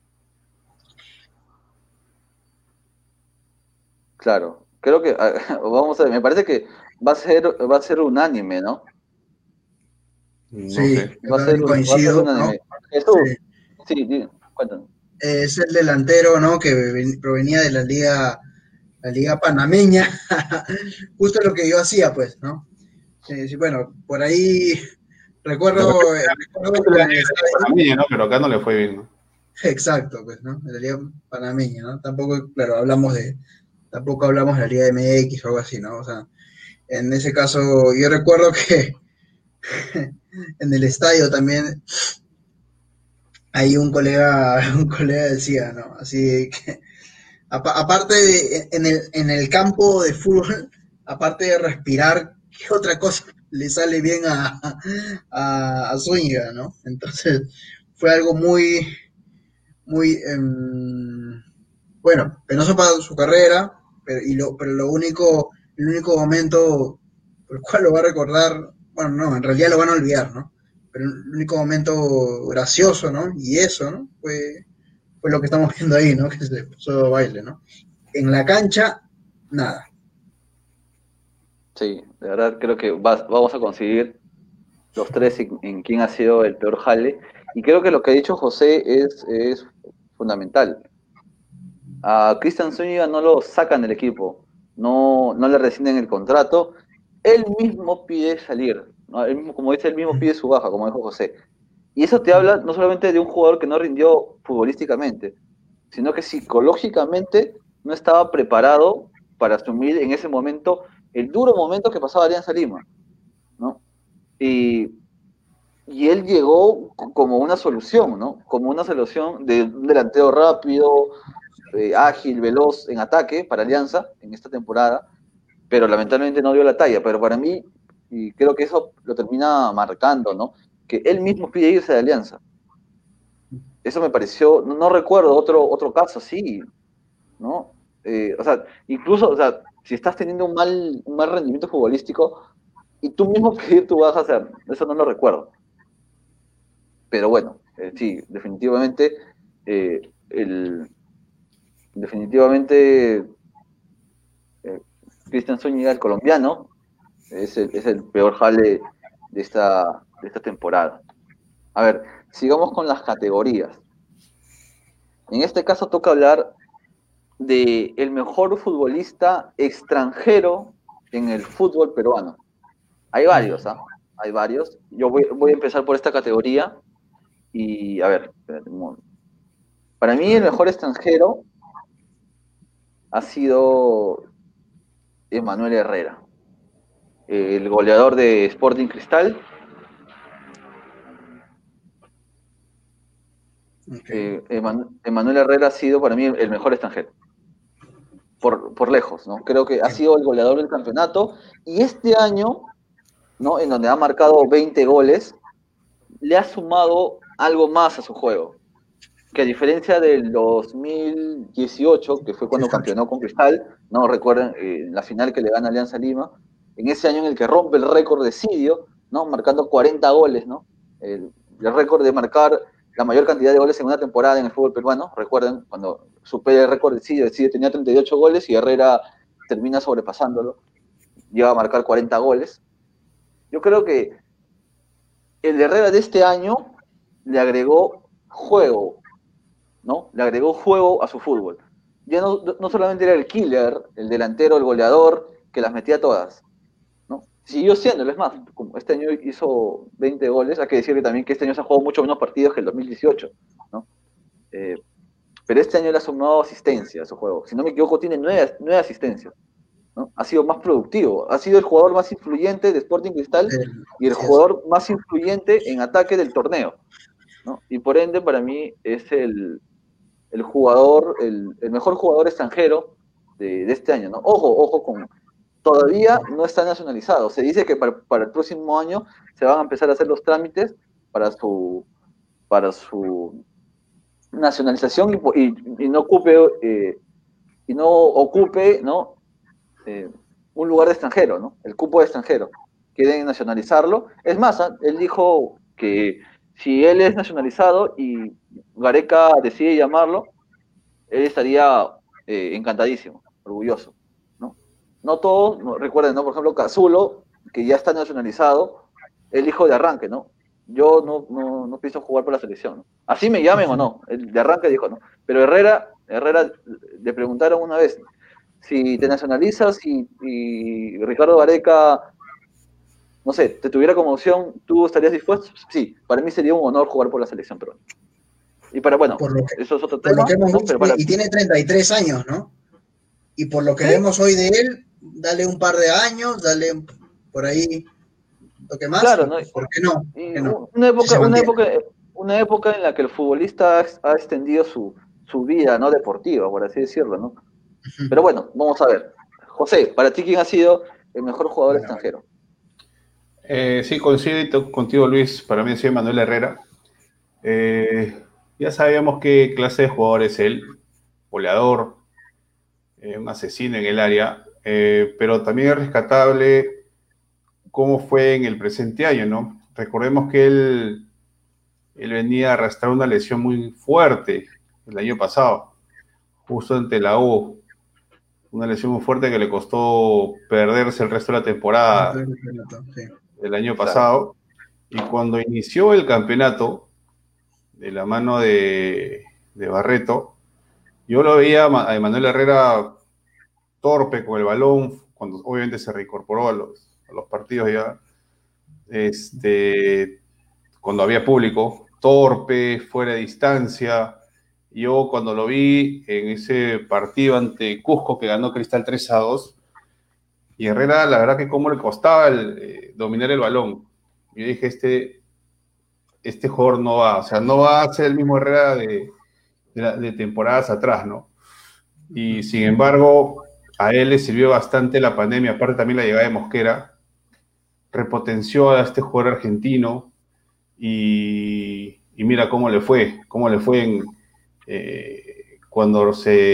Claro. Creo que, vamos a ver, me parece que va a ser unánime, ¿no? No sí, sé. yo Va a ser también coincido, ¿no? unánime. Jesús, Sí. sí, cuéntanos. Es el delantero, ¿no? Que provenía de la liga panameña, justo lo que yo hacía, pues, ¿no? Sí, bueno, por ahí recuerdo en el estadio, Mí, ¿no? Pero acá no le fue bien, ¿no? exacto, pues, ¿no? De la liga panameña, ¿no? Tampoco, claro, tampoco hablamos de la liga MX o algo así, ¿no? O sea, en ese caso, yo recuerdo que en el estadio también hay un colega decía, ¿no? Así que aparte de en el campo de fútbol, aparte de respirar, ¿qué otra cosa le sale bien a Zúñiga, ¿no? Entonces fue algo muy, bueno, penoso para su carrera, pero el único momento por el cual lo va a recordar, bueno, no, en realidad lo van a olvidar, ¿no? Pero el único momento gracioso, ¿no? Y eso, ¿no? Fue lo que estamos viendo ahí, ¿no? Que se puso baile, ¿no? En la cancha, nada. Sí, de verdad creo que vamos a conseguir los tres en quién ha sido el peor jale. Y creo que lo que ha dicho José es fundamental. A Cristian Zúñiga no lo sacan del equipo, no le rescinden el contrato, él mismo pide salir, ¿no? Él mismo, como dice, él mismo pide su baja, como dijo José. Y eso te habla no solamente de un jugador que no rindió futbolísticamente, sino que psicológicamente no estaba preparado para asumir en ese momento el duro momento que pasaba Alianza Lima, ¿no? Y él llegó como una solución, ¿no? Como una solución de un delantero rápido, ágil, veloz en ataque para Alianza en esta temporada, pero lamentablemente no dio la talla. Pero para mí, y creo que eso lo termina marcando, ¿no? Que él mismo pide irse de Alianza. Eso me pareció, no recuerdo otro caso así, ¿no? O sea, incluso, o sea, si estás teniendo un mal rendimiento futbolístico y tú mismo pedir tu baja, o sea, eso no lo recuerdo. Pero bueno, sí, definitivamente, definitivamente Cristian Zúñiga, el colombiano, es el peor jale de esta temporada. A ver, sigamos con las categorías. En este caso toca hablar de el mejor futbolista extranjero en el fútbol peruano. Hay varios, ¿ah? Hay varios. Yo voy a empezar por esta categoría. Y, a ver, espérate un momento. Para mí el mejor extranjero ha sido Emanuel Herrera, el goleador de Sporting Cristal. Okay. Emanuel Herrera ha sido para mí el mejor extranjero, por lejos, ¿no? Creo que ha sido el goleador del campeonato, y este año, ¿no? En donde ha marcado 20 goles, le ha sumado algo más a su juego, que a diferencia del 2018, que fue cuando campeonó con Cristal, ¿no? Recuerden la final que le gana Alianza Lima, en ese año en el que rompe el récord de Sidio, ¿no? Marcando 40 goles, ¿no? El récord de marcar la mayor cantidad de goles en una temporada en el fútbol peruano. Recuerden, cuando supera el récord de Sidio tenía 38 goles y Herrera termina sobrepasándolo, llega a marcar 40 goles. Yo creo que el de Herrera de este año le agregó juego, ¿no? Le agregó juego a su fútbol. Ya no solamente era el killer, el delantero, el goleador, que las metía todas, ¿no? Siguió siéndolo, es más, como este año hizo 20 goles, hay que decirle también que este año se ha jugado mucho menos partidos que el 2018, ¿no? Pero este año le ha sumado asistencia a su juego. Si no me equivoco, tiene 9 asistencias, ¿no? Ha sido más productivo, ha sido el jugador más influyente de Sporting Cristal y el jugador más influyente en ataque del torneo, ¿no? Y por ende, para mí, es el jugador, el mejor jugador extranjero de este año, ¿no? Ojo, todavía no está nacionalizado. Se dice que para el próximo año se van a empezar a hacer los trámites para su nacionalización y no ocupe, ¿no? Un lugar de extranjero, ¿no? El cupo de extranjero. Quieren nacionalizarlo. Es más, él dijo que si él es nacionalizado y Gareca decide llamarlo, él estaría encantadísimo, orgulloso, ¿no? No todos, no, recuerden, ¿no? Por ejemplo, Cazulo, que ya está nacionalizado, él dijo de arranque, ¿no? Yo no pienso jugar por la selección, ¿no? Así me llamen o no, él de arranque dijo no. Pero Herrera le preguntaron una vez, si te nacionalizas y Ricardo Gareca, no sé, te tuviera como opción, ¿tú estarías dispuesto? Sí, para mí sería un honor jugar por la selección peruana. Y bueno, eso es otro tema, hemos ¿no? visto, y tiene 33 años, ¿no? Y por lo que vemos hoy de él, dale un par de años, dale por ahí un toque más. Claro, ¿no? ¿Por qué no? Una época en la que el futbolista ha extendido su vida, ¿no? Deportiva, por así decirlo, ¿no? Pero bueno, vamos a ver. José, para ti, ¿quién ha sido el mejor jugador extranjero? Sí, coincido contigo, Luis. Para mí ha sido Manuel Herrera. Ya sabíamos qué clase de jugador es él, goleador, un asesino en el área, pero también es rescatable cómo fue en el presente año, ¿no? Recordemos que él venía a arrastrar una lesión muy fuerte el año pasado, justo ante la U, una lesión muy fuerte que le costó perderse el resto de la temporada del año pasado, y cuando inició el campeonato, de la mano de Barreto, yo lo veía a Emanuel Herrera torpe con el balón, cuando obviamente se reincorporó a los partidos ya, cuando había público, torpe, fuera de distancia. Yo cuando lo vi en ese partido ante Cusco que ganó Cristal 3-2, y Herrera, la verdad que cómo le costaba dominar el balón. Yo dije, este jugador no va, o sea, no va a ser el mismo Herrera de temporadas atrás, ¿no? Y sin embargo, a él le sirvió bastante la pandemia, aparte también la llegada de Mosquera, repotenció a este jugador argentino y mira cómo le fue cuando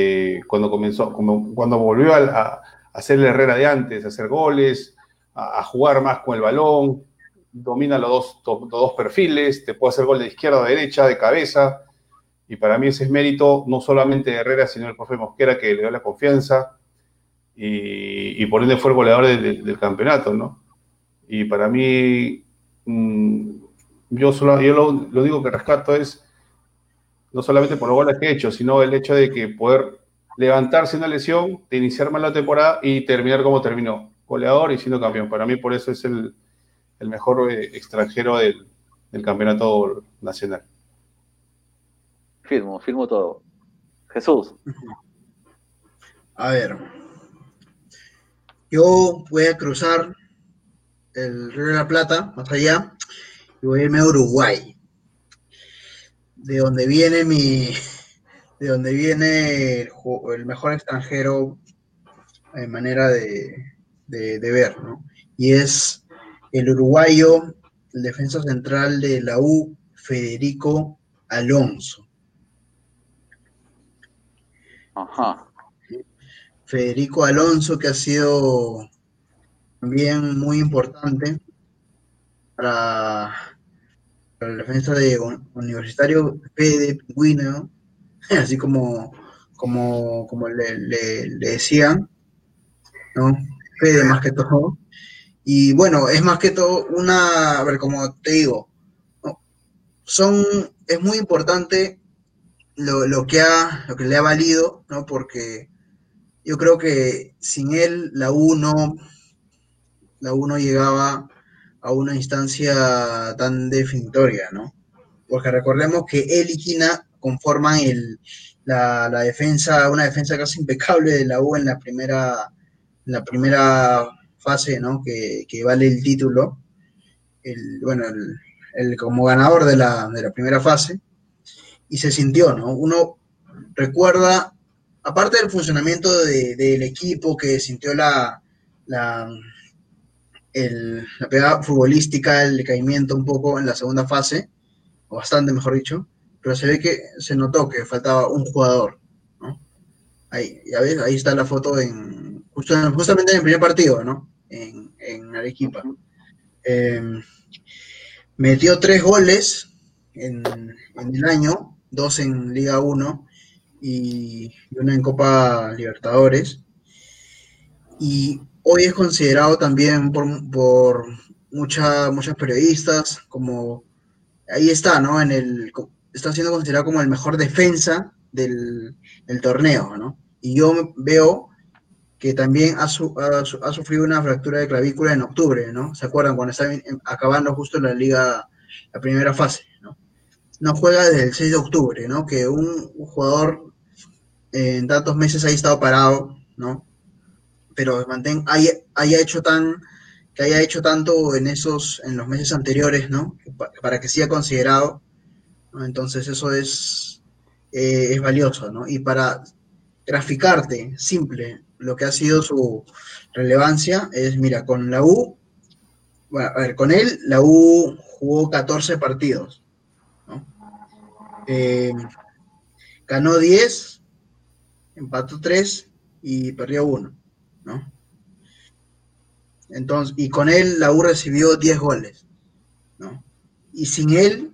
volvió a hacer el Herrera de antes, a hacer goles, a jugar más con el balón, domina los dos perfiles, te puede hacer gol de izquierda o de derecha, de cabeza, y para mí ese es mérito no solamente de Herrera, sino del profe Mosquera, que le dio la confianza, y por ende fue el goleador del campeonato, ¿no? Y para mí, yo lo único que rescato es, no solamente por los goles que he hecho, sino el hecho de que poder levantarse una lesión, de iniciar mal la temporada y terminar como terminó, goleador y siendo campeón. Para mí por eso es el mejor extranjero del campeonato nacional. firmo todo. Jesús. A ver, yo voy a cruzar el Río de la Plata, más allá, y voy a irme a Uruguay, de donde viene el mejor extranjero en manera de ver, ¿no? Y es el uruguayo, el defensa central de la U, Federico Alonso. Ajá. Federico Alonso, que ha sido también muy importante para el defensa de Universitario de Pingüino, así como le decían, ¿no? Fede más que todo. Y bueno, es más que todo a ver, como te digo, ¿no? Es muy importante lo que le ha valido, ¿no? Porque yo creo que sin él la U no llegaba a una instancia tan definitoria, ¿no? Porque recordemos que él y Quina conforman la defensa, una defensa casi impecable de la U en la primera fase, ¿no? Que vale el título, como ganador de la primera fase, y se sintió, ¿no? Uno recuerda, aparte del funcionamiento del equipo, que sintió la pegada futbolística, el decaimiento un poco en la segunda fase, o bastante mejor dicho, pero se notó que faltaba un jugador, ¿no? Ahí, ya ves, ahí está la foto justamente en el primer partido, ¿no? En Arequipa. Metió 3 goles en el año, 2 en Liga 1 y 1 en Copa Libertadores. Y hoy es considerado también por muchos periodistas como, ahí está, ¿no? Está siendo considerado como el mejor defensa del torneo, ¿no? Y yo veo que también ha sufrido una fractura de clavícula en octubre, ¿no? ¿Se acuerdan? Cuando estaba acabando justo la liga, la primera fase, ¿no? No juega desde el 6 de octubre, ¿no? Que un jugador en tantos meses haya estado parado, ¿no? Pero haya hecho tanto en los meses anteriores, ¿no? Para que sea considerado, ¿no? Entonces eso es valioso, ¿no? Y para graficarte, simple, lo que ha sido su relevancia es, mira, con la U, bueno, a ver, con él, la U jugó 14 partidos, ¿no? Ganó 10, empató 3 y perdió 1, ¿no? Entonces, y con él la U recibió 10 goles, ¿no? Y sin él,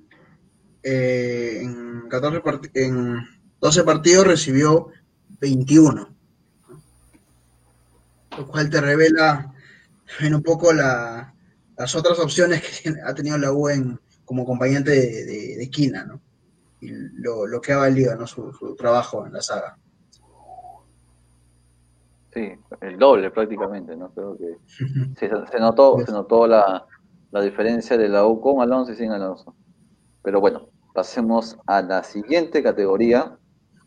en 12 partidos recibió 21, ¿no? Lo cual te revela un poco las otras opciones que ha tenido la U como acompañante de Quina, ¿no? Y lo que ha valido, ¿no? Su trabajo en la saga. Sí, el doble prácticamente, ¿no? Creo que se notó la diferencia de la U con Alonso y sin Alonso. Pero bueno, pasemos a la siguiente categoría.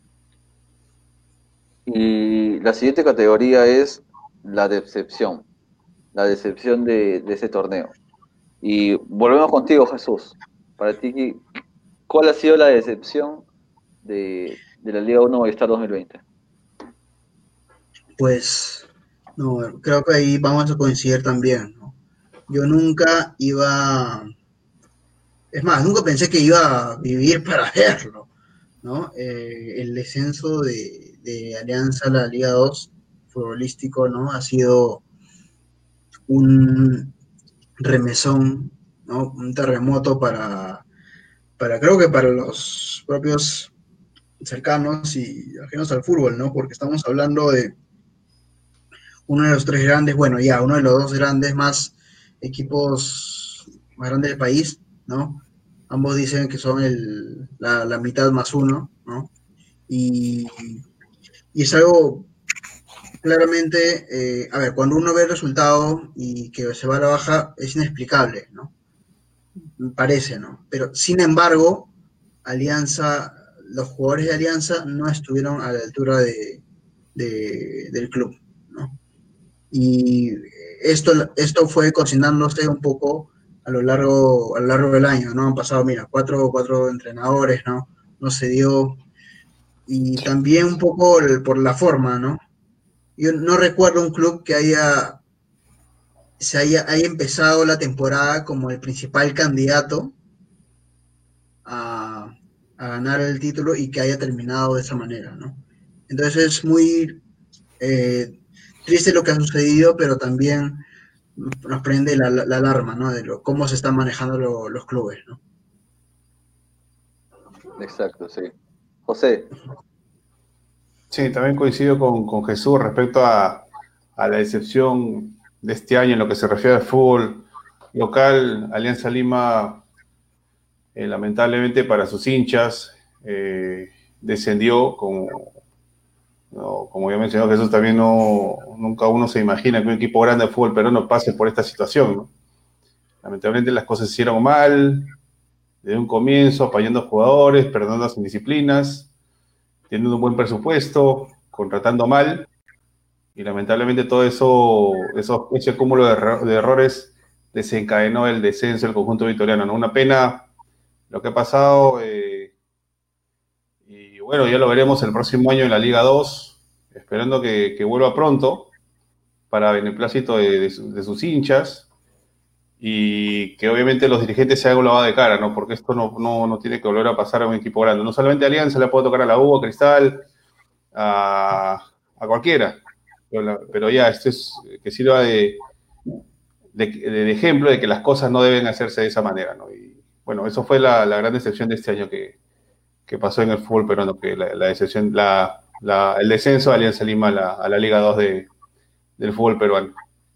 Y la siguiente categoría es la decepción de ese torneo. Y volvemos contigo, Jesús. Para ti, ¿cuál ha sido la decepción de la Liga 1 Movistar 2020? Pues, no, creo que ahí vamos a coincidir también, ¿no? Yo nunca pensé que iba a vivir para verlo, ¿no? El descenso de Alianza a la Liga 2 futbolístico, ¿no? Ha sido un remesón, ¿no? Un terremoto creo que para los propios cercanos y ajenos al fútbol, ¿no? Porque estamos hablando de uno de los 3 grandes, bueno, ya, uno de los 2 grandes equipos más grandes del país, ¿no? Ambos dicen que son la mitad más uno, ¿no? Y es algo claramente, a ver, cuando uno ve el resultado y que se va a la baja, es inexplicable, ¿no? Me parece, ¿no? Pero, sin embargo, Alianza los jugadores de Alianza no estuvieron a la altura del club, ¿no? Y esto fue cocinándose un poco a lo largo del año, ¿no? Han pasado, mira, cuatro entrenadores, ¿no? No se dio. Y también un poco por la forma, ¿no? Yo no recuerdo un club que haya empezado la temporada como el principal candidato a, a ganar el título y que haya terminado de esa manera, ¿no? Entonces es muy triste lo que ha sucedido, pero también nos prende la alarma, ¿no? De cómo se están manejando los clubes, ¿no? Exacto, sí. José, Sí, también coincido con Jesús respecto a la decepción de este año en lo que se refiere al fútbol local. Alianza Lima, lamentablemente para sus hinchas, descendió, como ya mencionó Jesús, también nunca uno se imagina que un equipo grande de fútbol peruano pase por esta situación, ¿no? Lamentablemente las cosas se hicieron mal, desde un comienzo, apoyando jugadores, perdonando las indisciplinas, teniendo un buen presupuesto, contratando mal, y lamentablemente todo ese cúmulo de errores desencadenó el descenso del conjunto vitoriano, ¿no? Una pena lo que ha pasado, y bueno, ya lo veremos el próximo año en la Liga 2, esperando que vuelva pronto para beneplácito de sus hinchas, y que obviamente los dirigentes se hagan un lavado de cara, ¿no? Porque esto no tiene que volver a pasar a un equipo grande. No solamente a Alianza, le puede tocar a la U, a Cristal, a cualquiera. Pero ya, esto es que sirva de ejemplo de que las cosas no deben hacerse de esa manera, ¿no? Y bueno, eso fue la gran decepción de este año que pasó en el fútbol peruano, que la decepción, el descenso de Alianza Lima a la Liga 2 del fútbol peruano.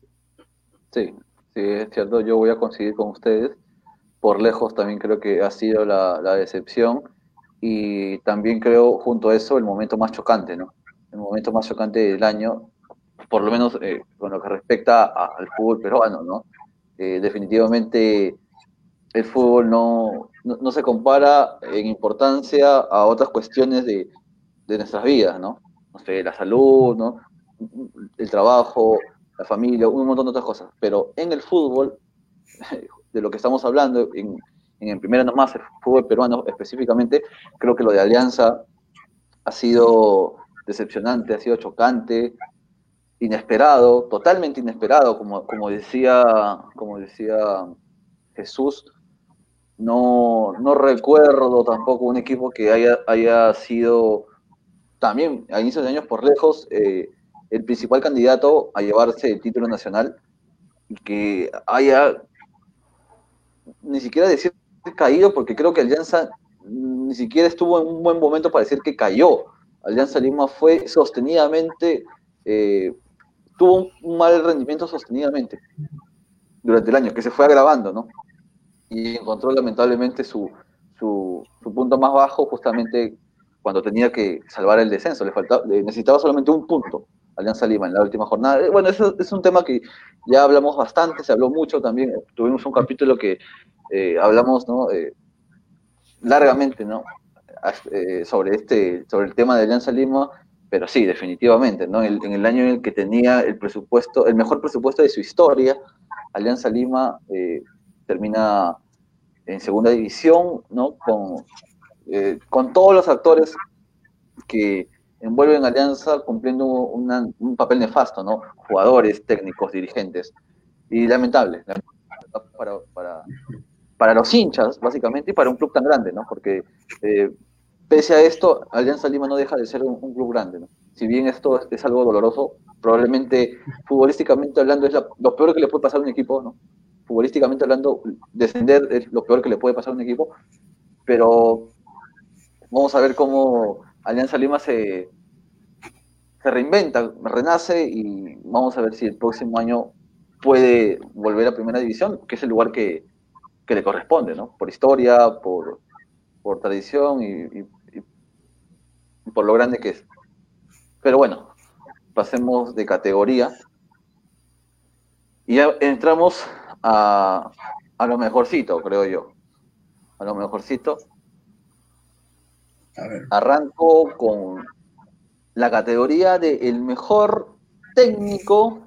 sí, sí, es cierto, yo voy a coincidir con ustedes. Por lejos también creo que ha sido la decepción y también creo junto a eso el momento más chocante, ¿no? El momento más chocante del año, por lo menos con lo que respecta al fútbol peruano, ¿no? Definitivamente el fútbol no se compara en importancia a otras cuestiones de nuestras vidas, ¿no? No sé, la salud, ¿no? El trabajo, la familia, un montón de otras cosas. Pero en el fútbol, de lo que estamos hablando, en primera nomás, el fútbol peruano específicamente, creo que lo de Alianza ha sido decepcionante, ha sido chocante, inesperado, totalmente inesperado, como decía Jesús. No recuerdo tampoco un equipo que haya sido también a inicios de años por lejos el principal candidato a llevarse el título nacional y que haya ni siquiera decir caído, porque creo que Alianza ni siquiera estuvo en un buen momento para decir que cayó. Alianza Lima fue sostenidamente, tuvo un mal rendimiento sostenidamente durante el año, que se fue agravando, ¿no? Y encontró lamentablemente su punto más bajo justamente cuando tenía que salvar el descenso. Necesitaba solamente un punto Alianza Lima en la última jornada. Bueno, eso es un tema que ya hablamos bastante, se habló mucho también. Tuvimos un capítulo que hablamos, ¿no? Largamente, ¿no? Sobre el tema de Alianza Lima, pero sí, definitivamente, ¿no? En el año en el que tenía el mejor presupuesto de su historia, Alianza Lima termina en segunda división, ¿no? Con todos los actores que envuelven Alianza cumpliendo un papel nefasto, ¿no? Jugadores, técnicos, dirigentes. Y lamentable para los hinchas, básicamente, y para un club tan grande, ¿no? Porque pese a esto, Alianza Lima no deja de ser un club grande, ¿no? Si bien esto es algo doloroso, probablemente futbolísticamente hablando es lo peor que le puede pasar a un equipo, ¿no? Futbolísticamente hablando, descender es lo peor que le puede pasar a un equipo, pero vamos a ver cómo Alianza Lima se reinventa, renace y vamos a ver si el próximo año puede volver a Primera División, que es el lugar que le corresponde, ¿no? Por historia, por tradición y por lo grande que es. Pero bueno, pasemos de categoría y ya entramos a lo mejorcito, creo yo. A lo mejorcito. A ver. Arranco con la categoría de el mejor técnico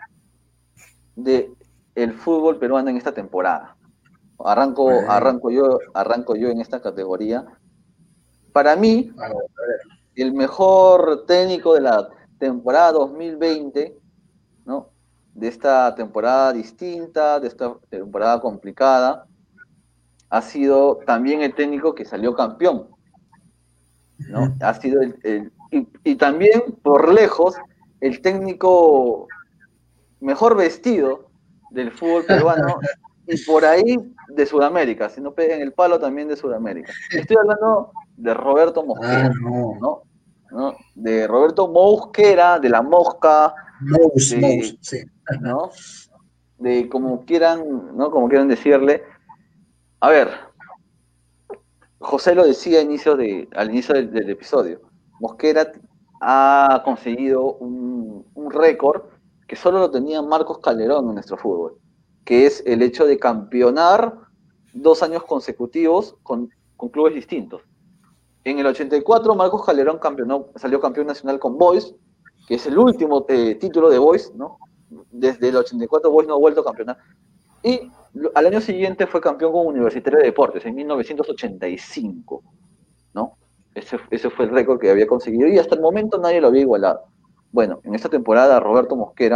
de el fútbol peruano en esta temporada. Bueno, Arranco yo en esta categoría. Para mí, a ver. el mejor técnico de la temporada 2020, ¿no? De esta temporada distinta, de esta temporada complicada, ha sido también el técnico que salió campeón, ¿no? Ha sido y también, por lejos, el técnico mejor vestido del fútbol peruano y por ahí de Sudamérica, si no pegan el palo también de Sudamérica. Estoy hablando de Roberto Mosquera, no. ¿no? De Roberto Mosquera, de la Mosca, Mouse, sí. ¿no? De como quieran, ¿no? Como quieran decirle. A ver, José lo decía al inicio del episodio. Mosquera ha conseguido un récord que solo lo tenía Marcos Calderón en nuestro fútbol, que es el hecho de campeonar 2 años consecutivos con clubes distintos. En el 84 Marcos Calderón salió campeón nacional con Boys, que es el último título de Boys, ¿no? Desde el 84 Boys no ha vuelto a campeonar. Y al año siguiente fue campeón con Universitario de Deportes, en 1985, ¿no? Ese fue el récord que había conseguido y hasta el momento nadie lo había igualado. Bueno, en esta temporada Roberto Mosquera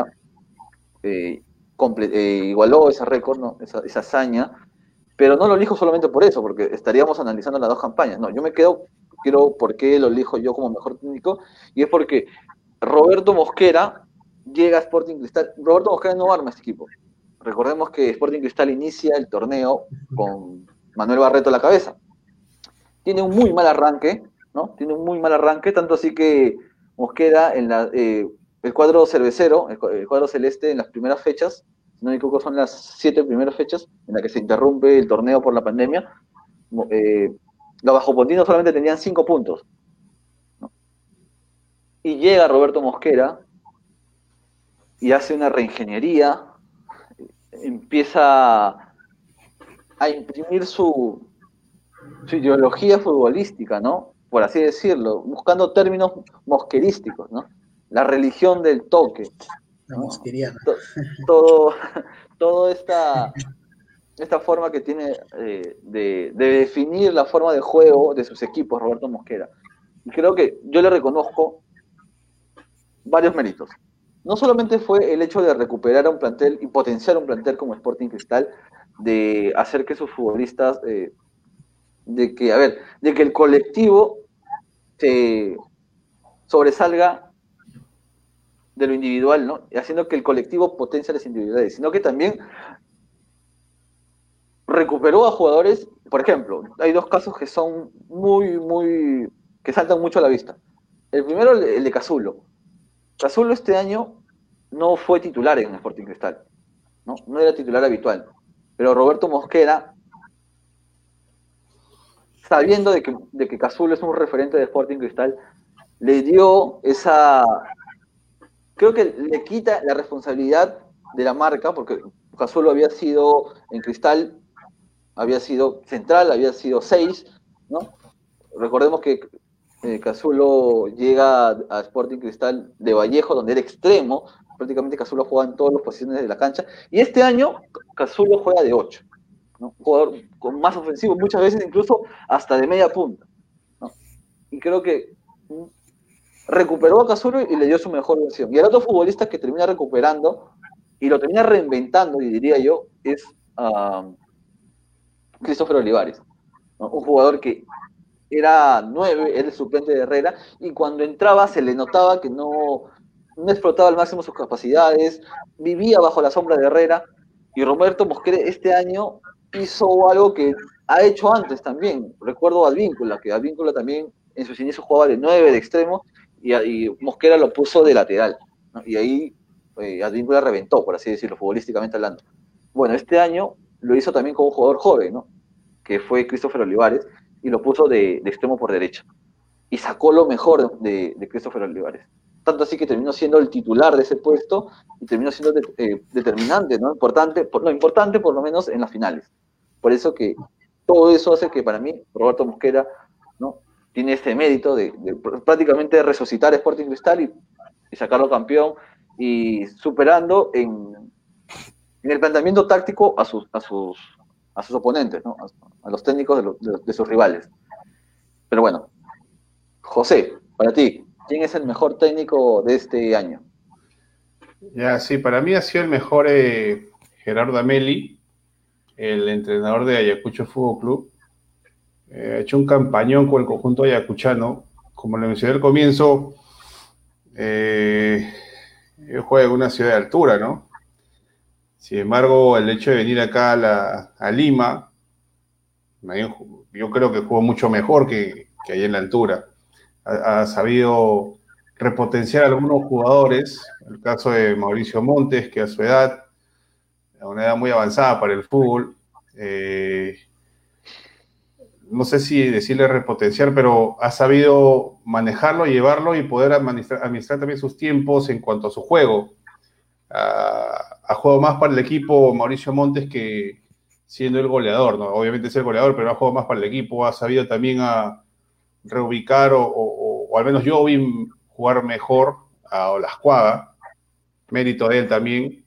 igualó ese récord, ¿no? esa hazaña, pero no lo elijo solamente por eso, porque estaríamos analizando las 2 campañas. No, yo me quiero por qué lo elijo yo como mejor técnico, y es porque Roberto Mosquera llega a Sporting Cristal. Roberto Mosquera no arma este equipo. Recordemos que Sporting Cristal inicia el torneo con Manuel Barreto a la cabeza. Tiene un muy mal arranque, ¿no? Tiene un muy mal arranque, tanto así que Mosquera en el cuadro cervecero, el cuadro celeste en las primeras fechas, si no me equivoco son las 7 primeras fechas en las que se interrumpe el torneo por la pandemia, los bajopontinos solamente tenían 5 puntos, ¿no? Y llega Roberto Mosquera y hace una reingeniería, empieza a imprimir su ideología futbolística, ¿no? Por así decirlo, buscando términos mosquerísticos, ¿no? La religión del toque, La ¿no? mosqueriana. Todo esta forma que tiene de definir la forma de juego de sus equipos, Roberto Mosquera. Y creo que yo le reconozco varios méritos. No solamente fue el hecho de recuperar un plantel y potenciar un plantel como Sporting Cristal, de hacer que sus futbolistas, de que el colectivo se sobresalga de lo individual, ¿no? Y haciendo que el colectivo potencie las individualidades, sino que también recuperó a jugadores. Por ejemplo, hay 2 casos que son que saltan mucho a la vista. El primero, el de Cazulo. Cazulo este año no fue titular en Sporting Cristal, no era titular habitual, pero Roberto Mosquera, sabiendo de que Cazulo es un referente de Sporting Cristal, le dio creo que le quita la responsabilidad de la marca, porque Cazulo había sido en Cristal, había sido central, había sido 6, ¿no? Recordemos que Cazulo llega a Sporting Cristal de Vallejo, donde era extremo. Prácticamente Cazulo juega en todas las posiciones de la cancha, y este año Cazulo juega de 8, ¿no? Un jugador con más ofensivo, muchas veces incluso hasta de media punta, ¿no? Y creo que recuperó a Cazulo y le dio su mejor versión. Y el otro futbolista que termina recuperando y lo termina reinventando, y diría yo, es Christopher Olivares, ¿no? Un jugador que era 9, era el suplente de Herrera, y cuando entraba se le notaba que no explotaba al máximo sus capacidades, vivía bajo la sombra de Herrera, y Roberto Mosquera este año hizo algo que ha hecho antes también. Recuerdo a Advíncula, que Advíncula también en sus inicios jugaba de 9, de extremo, y Mosquera lo puso de lateral, ¿no? Y ahí Advíncula reventó, por así decirlo, futbolísticamente hablando. Bueno, este año lo hizo también con un jugador joven, ¿no? Que fue Christopher Olivares, y lo puso de extremo por derecha. Y sacó lo mejor de Christopher Olivares. Tanto así que terminó siendo el titular de ese puesto y terminó siendo determinante, ¿no? Importante por lo menos en las finales. Por eso que todo eso hace que para mí Roberto Mosquera, ¿no? tiene este mérito de prácticamente resucitar a Sporting Cristal y sacarlo campeón y superando en el planteamiento táctico a sus oponentes, ¿no? A los técnicos de sus rivales. Pero bueno, José, para ti, ¿quién es el mejor técnico de este año? Ya, sí, para mí ha sido el mejor Gerardo Ameli, el entrenador de Ayacucho Fútbol Club. Ha hecho un campañón con el conjunto ayacuchano. Como le mencioné al comienzo, yo juego en una ciudad de altura, ¿no? Sin embargo, el hecho de venir acá a Lima, yo creo que jugó mucho mejor que allá en la altura. Ha sabido repotenciar a algunos jugadores, el caso de Mauricio Montes, que a su edad, a una edad muy avanzada para el fútbol, no sé si decirle repotenciar, pero ha sabido manejarlo, llevarlo y poder administrar también sus tiempos en cuanto a su juego. Ha jugado más para el equipo Mauricio Montes que siendo el goleador, ¿no? Obviamente es el goleador, pero ha jugado más para el equipo, ha sabido también a reubicar o al menos yo vi jugar mejor a Olascuaga, mérito de él también.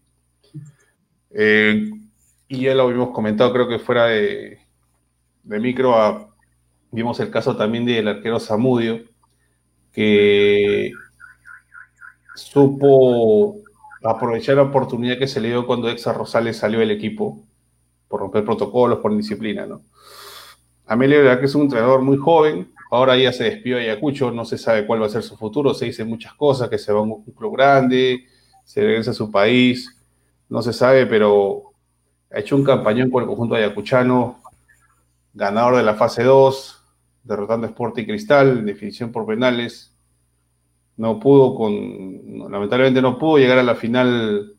Y ya lo habíamos comentado, creo que fuera de micro, vimos el caso también del arquero Zamudio, que supo aprovechar la oportunidad que se le dio cuando Exa Rosales salió del equipo, por romper protocolos, por disciplina, ¿no? Amelio, la verdad que es un entrenador muy joven, ahora ya se despidió de Ayacucho, no se sabe cuál va a ser su futuro, se dicen muchas cosas, que se va a un club grande, se regresa a su país, no se sabe, pero ha hecho un campañón con el conjunto ayacuchano, ganador de la fase 2, derrotando a Sporting Cristal, en definición por penales. Lamentablemente no pudo llegar a la final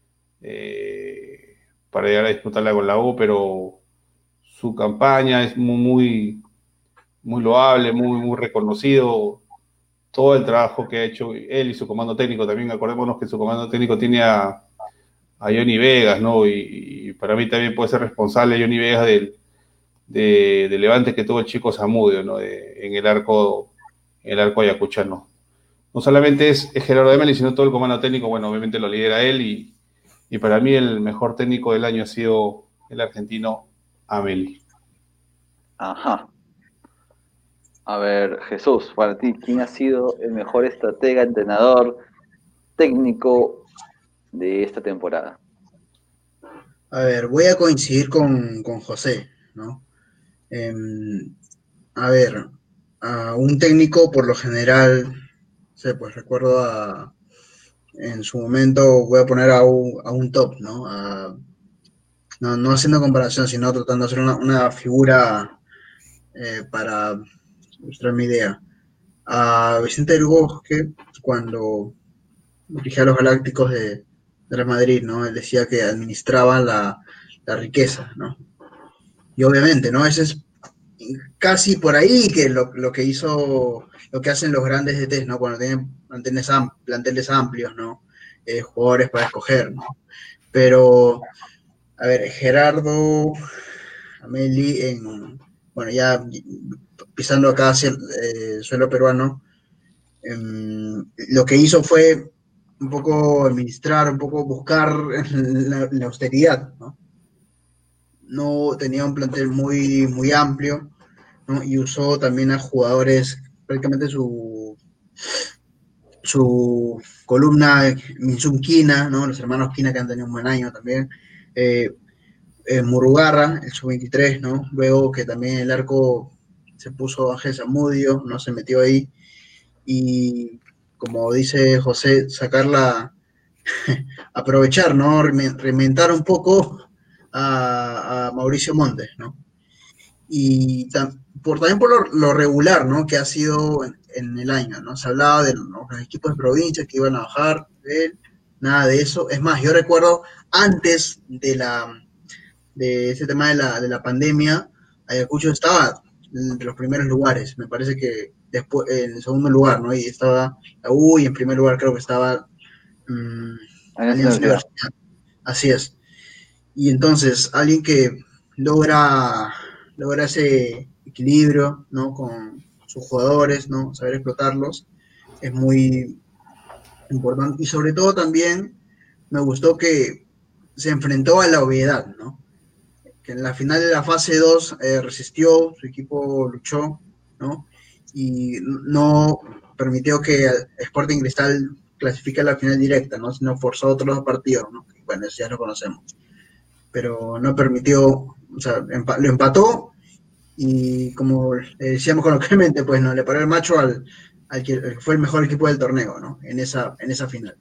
para llegar a disputarla con la U, pero su campaña es muy loable, muy reconocido. Todo el trabajo que ha hecho él y su comando técnico también. Acordémonos que su comando técnico tiene a Johnny Vegas, ¿no? Y para mí también puede ser responsable Johnny Vegas de Levante que tuvo el chico Zamudio, ¿no? En el arco ayacuchano. No solamente es Gerardo Emeli, sino todo el comando técnico, bueno, obviamente lo lidera él y para mí el mejor técnico del año ha sido el argentino Ameli. Ajá. A ver, Jesús, para ti, ¿quién ha sido el mejor estratega, entrenador, técnico de esta temporada? A ver, voy a coincidir con José, ¿no? A ver, a un técnico por lo general, pues recuerdo en su momento, voy a poner a un top, ¿no? No haciendo comparación, sino tratando de hacer una figura para ilustrar mi idea. A Vicente del Bosque, cuando dirigía a los Galácticos de Real Madrid, ¿no? Él decía que administraban la riqueza, ¿no? Y obviamente, ¿no? Ese es casi por ahí que lo que hacen los grandes DTs, ¿no? Cuando tienen planteles amplios, ¿no? Jugadores para escoger, ¿no? Pero, a ver, Gerardo Ameli, bueno, ya pisando acá hacia el suelo peruano, lo que hizo fue un poco administrar, un poco buscar la austeridad, ¿no? No tenía un plantel muy amplio, ¿no? Y usó también a jugadores, prácticamente su columna Minsun Quina, ¿no? Los hermanos Quina que han tenido un buen año también, Murugarra, el sub-23, ¿no? Luego que también el arco se puso Ángel Zamudio, no se metió ahí, y como dice José, aprovechar, ¿no? Reinventar un poco a Mauricio Montes, ¿no? Y también por lo regular, ¿no? Que ha sido en el año, ¿no? Se hablaba de los equipos de provincia que iban a bajar, nada de eso. Es más, yo recuerdo antes de ese tema de la pandemia, Ayacucho estaba entre los primeros lugares, me parece que después en el segundo lugar, ¿no? Y estaba la U y en primer lugar creo que estaba Alianza Universidad. Así es. Y entonces, alguien que logra ese equilibrio, ¿no? Con sus jugadores, ¿no? Saber explotarlos es muy importante. Y sobre todo también me gustó que se enfrentó a la obviedad, ¿no? Que en la final de la fase 2 resistió, su equipo luchó, ¿no? Y no permitió que Sporting Cristal clasifique a la final directa, ¿no? Sino forzó otros dos partidos, ¿no? Bueno, eso ya lo conocemos. Pero no permitió, o sea, lo empató y como decíamos coloquialmente, pues no le paró el macho al que fue el mejor equipo del torneo, ¿no? En esa final.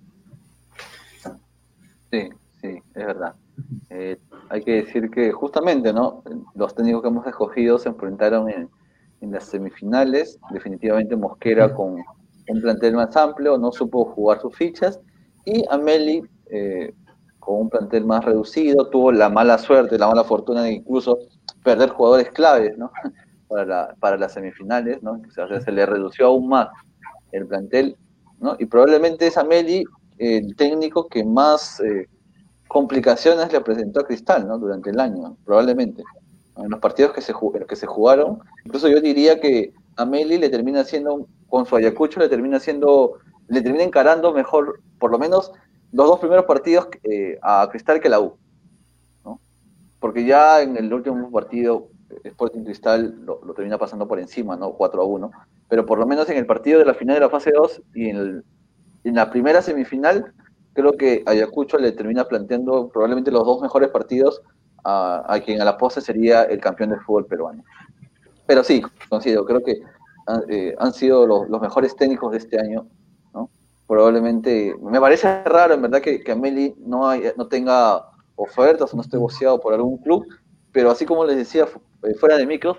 Sí, sí, es verdad. Hay que decir que justamente, ¿no? Los técnicos que hemos escogido se enfrentaron en las semifinales. Definitivamente Mosquera con un plantel más amplio no supo jugar sus fichas y Ameli con un plantel más reducido tuvo la mala suerte, la mala fortuna de incluso perder jugadores claves, ¿no? para las semifinales, ¿no? O sea, se le redució aún más el plantel, ¿no? Y probablemente es Ameli el técnico que más complicaciones le presentó a Cristal, ¿no? Durante el año, probablemente. En los partidos que se jugaron, incluso yo diría que a Meli le termina haciendo, con su Ayacucho le termina encarando mejor, por lo menos los dos primeros partidos a Cristal que la U, ¿no? Porque ya en el último partido Sporting Cristal lo termina pasando por encima, ¿no? 4-1, pero por lo menos en el partido de la final de la fase 2 y en la primera semifinal creo que Ayacucho le termina planteando probablemente los dos mejores partidos a quien a la postre sería el campeón del fútbol peruano. Pero sí, considero, creo que han sido los mejores técnicos de este año, ¿no? Probablemente, me parece raro en verdad que Ameli no tenga ofertas o no esté boceado por algún club, pero así como les decía fuera de micros,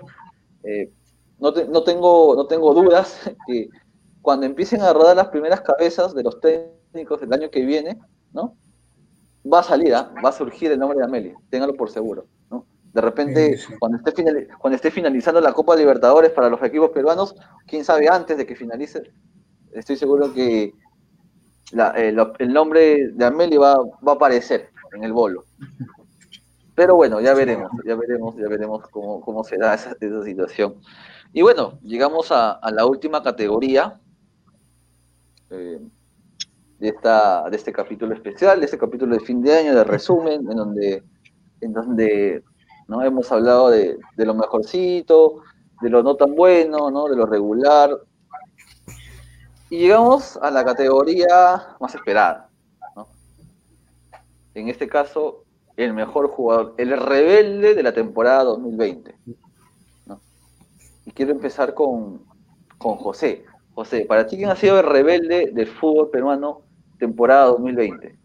no tengo dudas que cuando empiecen a rodar las primeras cabezas de los técnicos del año que viene, ¿no? Va a salir, va a surgir el nombre de Ameli, téngalo por seguro, ¿no? De repente, sí. Cuando esté finalizando la Copa Libertadores para los equipos peruanos, quién sabe, antes de que finalice, estoy seguro que el nombre de Ameli va a aparecer en el bolo. Pero bueno, ya veremos cómo será esa situación. Y bueno, llegamos a la última categoría de este capítulo especial, de este capítulo de fin de año, de resumen, en donde ¿no? Hemos hablado de lo mejorcito, de lo no tan bueno, ¿no? De lo regular. Y llegamos a la categoría más esperada, ¿no? En este caso, el mejor jugador, el rebelde de la temporada 2020, ¿no? Y quiero empezar con José. José, para ti, ¿quién ha sido el rebelde del fútbol peruano temporada 2020?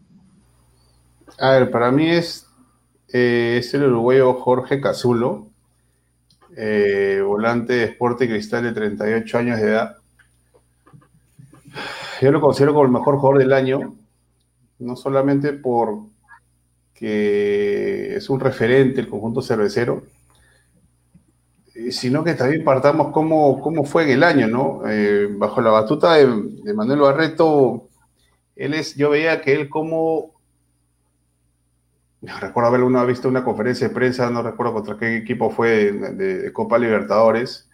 A ver, para mí es el uruguayo Jorge Cazulo, volante de Sporting Cristal de 38 años de edad. Yo lo considero como el mejor jugador del año, no solamente porque es un referente del conjunto cervecero, sino que también partamos cómo fue en el año, ¿no? Bajo la batuta de Manuel Barreto, yo veía que él recuerdo haberlo visto una conferencia de prensa, no recuerdo contra qué equipo fue de Copa Libertadores,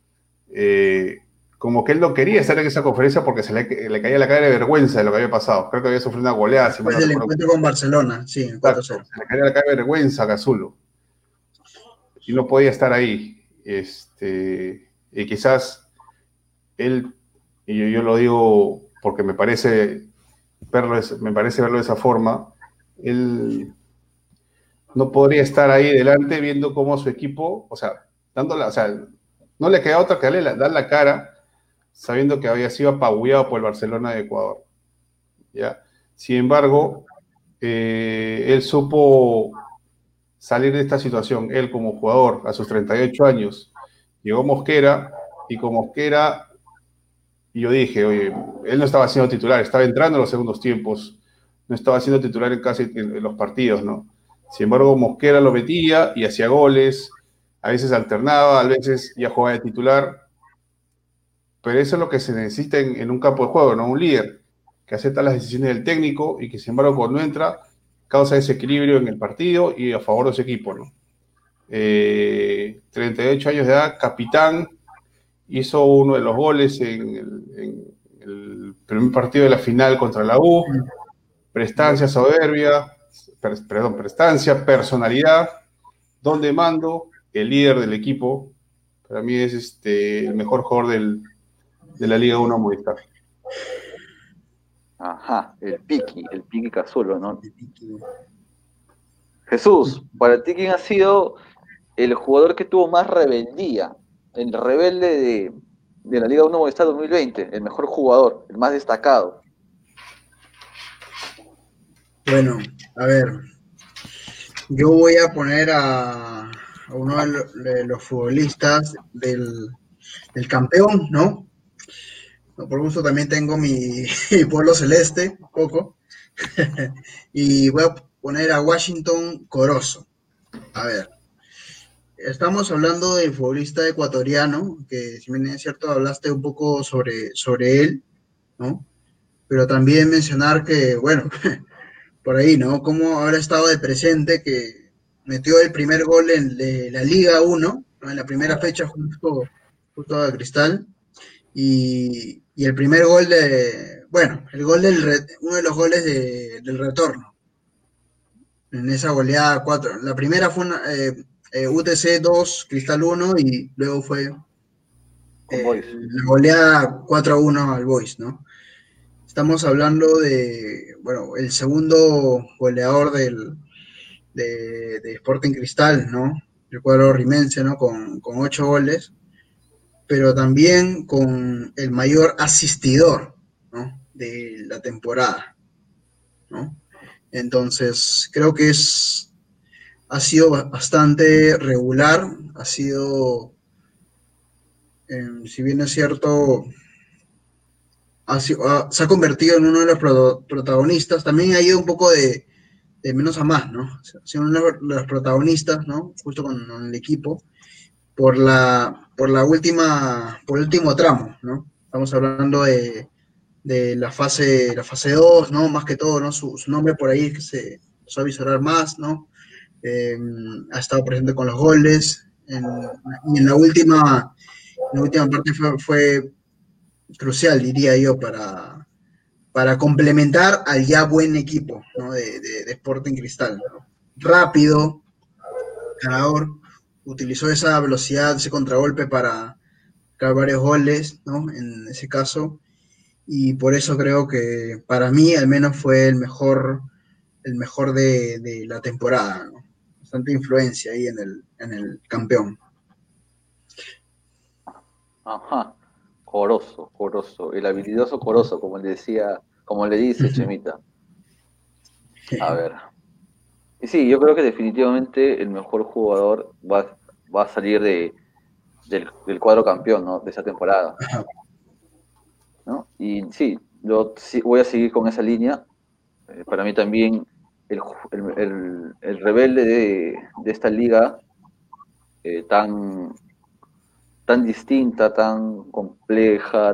como que él no quería estar en esa conferencia porque le caía la cara de vergüenza de lo que había pasado. Creo que había sufrido una goleada. Después del encuentro con Barcelona, sí, 4-0. Se le caía la cara de vergüenza a Cazulo. Y no podía estar ahí. Y quizás él, y yo lo digo porque me parece verlo de esa forma, él no podría estar ahí delante viendo cómo su equipo, no le queda otra que dar la cara, sabiendo que había sido apabullado por el Barcelona de Ecuador. ¿Ya? Sin embargo, él supo salir de esta situación. Él como jugador, a sus 38 años, llegó Mosquera, y con Mosquera, yo dije, oye, él no estaba siendo titular, estaba entrando en los segundos tiempos, no estaba siendo titular en los partidos, ¿no? Sin embargo, Mosquera lo metía y hacía goles, a veces alternaba, a veces ya jugaba de titular. Pero eso es lo que se necesita en un campo de juego, ¿no? Un líder que acepta las decisiones del técnico y que, sin embargo, cuando entra, causa desequilibrio en el partido y a favor de su equipo, ¿no? 38 años de edad, capitán, hizo uno de los goles en el primer partido de la final contra la U. Prestancia, soberbia, prestancia, personalidad, don de mando, el líder del equipo. Para mí es el mejor jugador de la Liga 1 Movistar. Ajá, el Piqui Cazulo, ¿no? Jesús, para ti, ¿quién ha sido el jugador que tuvo más rebeldía? El rebelde de la Liga 1 Movistar 2020, el mejor jugador, el más destacado. Bueno, a ver, yo voy a poner a uno de los futbolistas del campeón, ¿no? Por gusto también tengo mi pueblo celeste, un poco, y voy a poner a Washington Corozo. A ver, estamos hablando del futbolista ecuatoriano, que si bien es cierto hablaste un poco sobre él, ¿no? Pero también mencionar que, bueno, por ahí, ¿no? Cómo habrá estado de presente que metió el primer gol de la Liga 1, ¿no? En la primera fecha justo a Cristal, y el primer gol uno de los goles del retorno, en esa goleada 4. La primera fue UTC 2, Cristal 1, y luego fue la goleada 4-1 al Boys, ¿no? Estamos hablando de, bueno, el segundo goleador de Sporting Cristal, ¿no? El cuadro rimense, ¿no? Con 8 goles, pero también con el mayor asistidor, ¿no? De la temporada, ¿no? Entonces, creo que ha sido bastante regular, ha sido, si bien es cierto, se ha convertido en uno de los protagonistas. También ha ido un poco de menos a más, ¿no? Ha sido uno de los protagonistas, ¿no? Justo con el equipo, por el último tramo, ¿no? Estamos hablando de la fase 2, ¿no? Más que todo, ¿no? Su nombre por ahí es que se empezó a visorar más, ¿no? Ha estado presente con los goles, y en la última parte fue crucial, diría yo, para complementar al ya buen equipo, ¿no? de Sporting Cristal, ¿no? Rápido, ganador, utilizó esa velocidad, ese contragolpe para sacar varios goles, ¿no? En ese caso, y por eso creo que para mí al menos fue el mejor de la temporada, ¿no? Bastante influencia ahí en el campeón. Ajá, Corozo, el habilidoso Corozo, como le dice Chemita. A ver. Y sí, yo creo que definitivamente el mejor jugador va a salir del cuadro campeón, ¿no? De esa temporada, ¿no? Y sí, yo sí voy a seguir con esa línea. Para mí también el rebelde de esta liga tan distinta, tan compleja,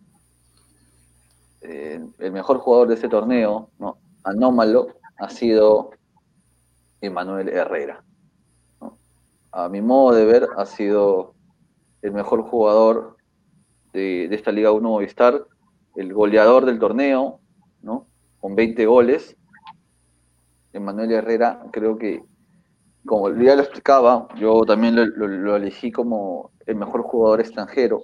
el mejor jugador de este torneo, ¿no? Anómalo, ha sido Emanuel Herrera, ¿no? A mi modo de ver, ha sido el mejor jugador de esta Liga 1 Movistar, el goleador del torneo, ¿no? Con 20 goles. Emanuel Herrera, creo que, como ya lo explicaba, yo también lo elegí como el mejor jugador extranjero,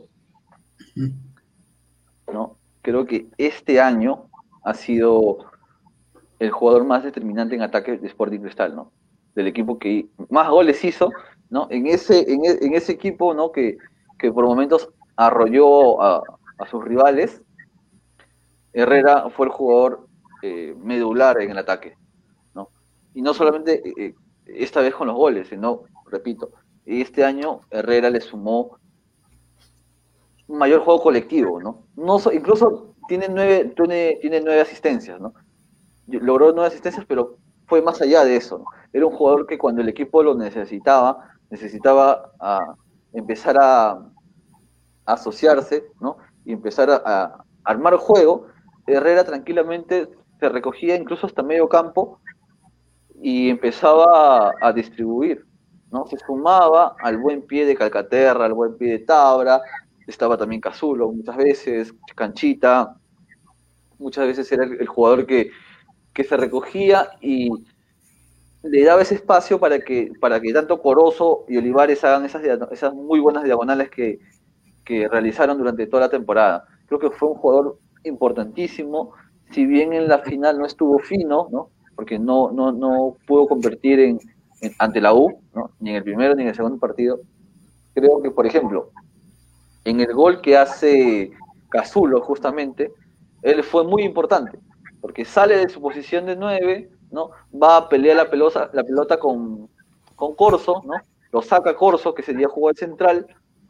¿no? Creo que este año ha sido el jugador más determinante en ataque de Sporting Cristal, ¿no? Del equipo que más goles hizo, ¿no? En ese equipo, ¿no? Que por momentos arrolló a sus rivales. Herrera fue el jugador medular en el ataque, ¿no? Y no solamente esta vez con los goles, sino, repito, este año Herrera le sumó un mayor juego colectivo, ¿no? Incluso tiene 9 asistencias, ¿no? Logró 9 asistencias, pero fue más allá de eso, ¿no? Era un jugador que cuando el equipo lo necesitaba empezar a asociarse, ¿no? Y empezar a armar juego. Herrera tranquilamente se recogía incluso hasta medio campo y empezaba a distribuir, ¿no? Se sumaba al buen pie de Calcaterra, al buen pie de Tabra, estaba también Cazulo muchas veces, Canchita, muchas veces era el jugador que se recogía y le daba ese espacio para que tanto Corozo y Olivares hagan esas muy buenas diagonales que realizaron durante toda la temporada. Creo que fue un jugador importantísimo, si bien en la final no estuvo fino, ¿no? Porque no pudo convertir ante la U, ¿no? Ni en el primero ni en el segundo partido. Creo que, por ejemplo, en el gol que hace Cazulo, justamente, él fue muy importante, porque sale de su posición de 9, ¿no? Va a pelear la pelota con Corso, ¿no? Lo saca Corso, que sería jugador central,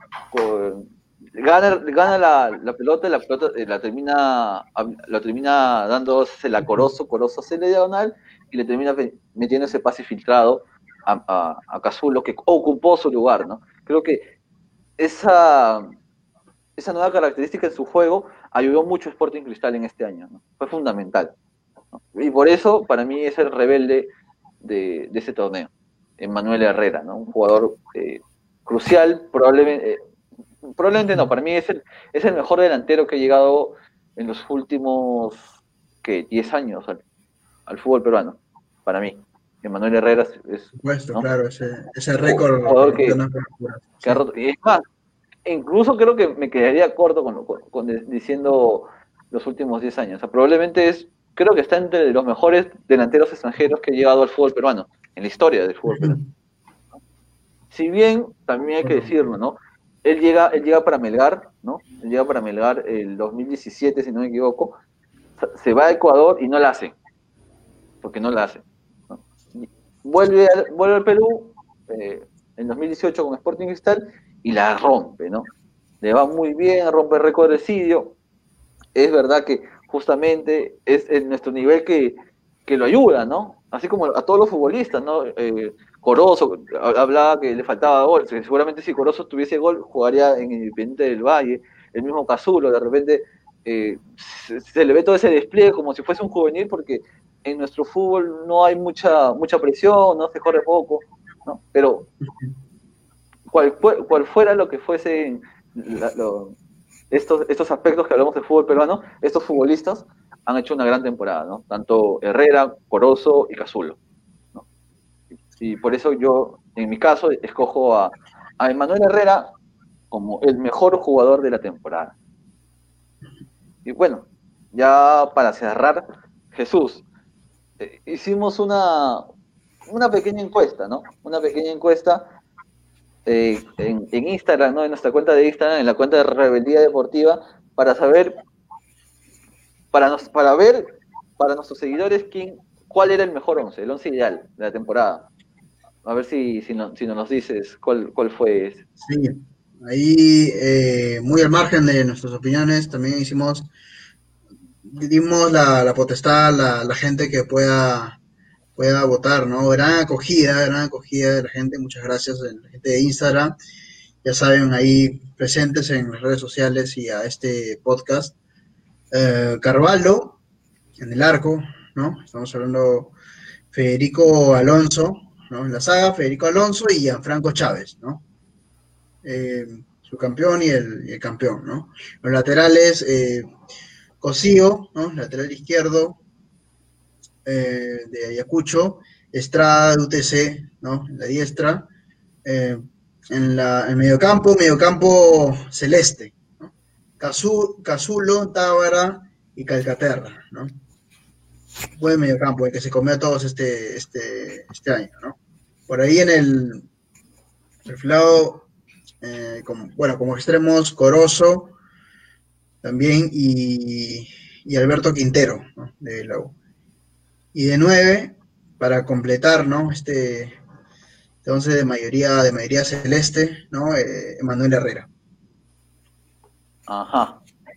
gana la pelota y la pelota la termina dándose a Corozo hace la diagonal y le termina metiendo ese pase filtrado a Cazulo, que ocupó su lugar, ¿no? Creo que esa nueva característica en su juego ayudó mucho a Sporting Cristal en este año, ¿no? Fue fundamental, ¿no? Y por eso, para mí, es el rebelde de ese torneo, Manuel Herrera, ¿no? Un jugador crucial, probablemente no, para mí es el mejor delantero que ha llegado en los últimos 10 años al fútbol peruano, para mí. Manuel Herrera es Supuesto, ¿no? Claro, ese récord Un jugador que sí. ha roto. Y es más, incluso creo que me quedaría corto diciendo los últimos 10 años. O sea, probablemente creo que está entre los mejores delanteros extranjeros que ha llegado al fútbol peruano, en la historia del fútbol peruano. Si bien, también hay que decirlo, ¿no? Él llega para Melgar, ¿no? Él llega para Melgar el 2017, si no me equivoco, se va a Ecuador y no la hace, porque no la hace, ¿no? Vuelve al Perú en 2018 con Sporting Cristal y la rompe, ¿no? Le va muy bien, rompe el récord de Sidio. Es verdad que justamente es en nuestro nivel que lo ayuda, ¿no? Así como a todos los futbolistas, ¿no? Corozo hablaba que le faltaba gol. Seguramente si Corozo tuviese gol, jugaría en Independiente del Valle. El mismo Cazulo, de repente se le ve todo ese despliegue como si fuese un juvenil, porque en nuestro fútbol no hay mucha presión, no se corre poco, ¿no? Pero cual fuera lo que fuesen estos aspectos que hablamos del fútbol peruano, estos futbolistas han hecho una gran temporada, ¿no? Tanto Herrera, Corozo y Cazulo, ¿no? Y por eso yo, en mi caso, escojo a Manuel Herrera como el mejor jugador de la temporada. Y bueno, ya para cerrar, Jesús, hicimos una pequeña encuesta, ¿no? Una pequeña encuesta en Instagram, ¿no? En nuestra cuenta de Instagram, en la cuenta de Rebeldía Deportiva, para saber, para ver para nuestros seguidores cuál era el mejor 11, el 11 ideal de la temporada. A ver si nos dices cuál fue ese. Sí, ahí muy al margen de nuestras opiniones, también dimos la potestad a la gente que pueda votar, ¿no? Gran acogida de la gente, muchas gracias a la gente de Instagram, ya saben, ahí presentes en las redes sociales y a este podcast. Carvalho, en el arco, ¿no? Estamos hablando Federico Alonso, ¿no? En la saga, Federico Alonso y Gianfranco Chávez, ¿no? Su campeón y el campeón, ¿no? Los laterales, Cosío, ¿no? Lateral izquierdo, de Ayacucho, Estrada de UTC, ¿no? En la diestra, en el mediocampo celeste, ¿no? Cazulo, Tábara y Calcaterra, ¿no? Buen mediocampo, el que se comió a todos este año, ¿no? Por ahí en el lado, como extremos, Corozo también y Alberto Quintero, ¿no? De la U. Y de 9, para completar, ¿no? Entonces de mayoría celeste, ¿no? Manuel Herrera. Ajá.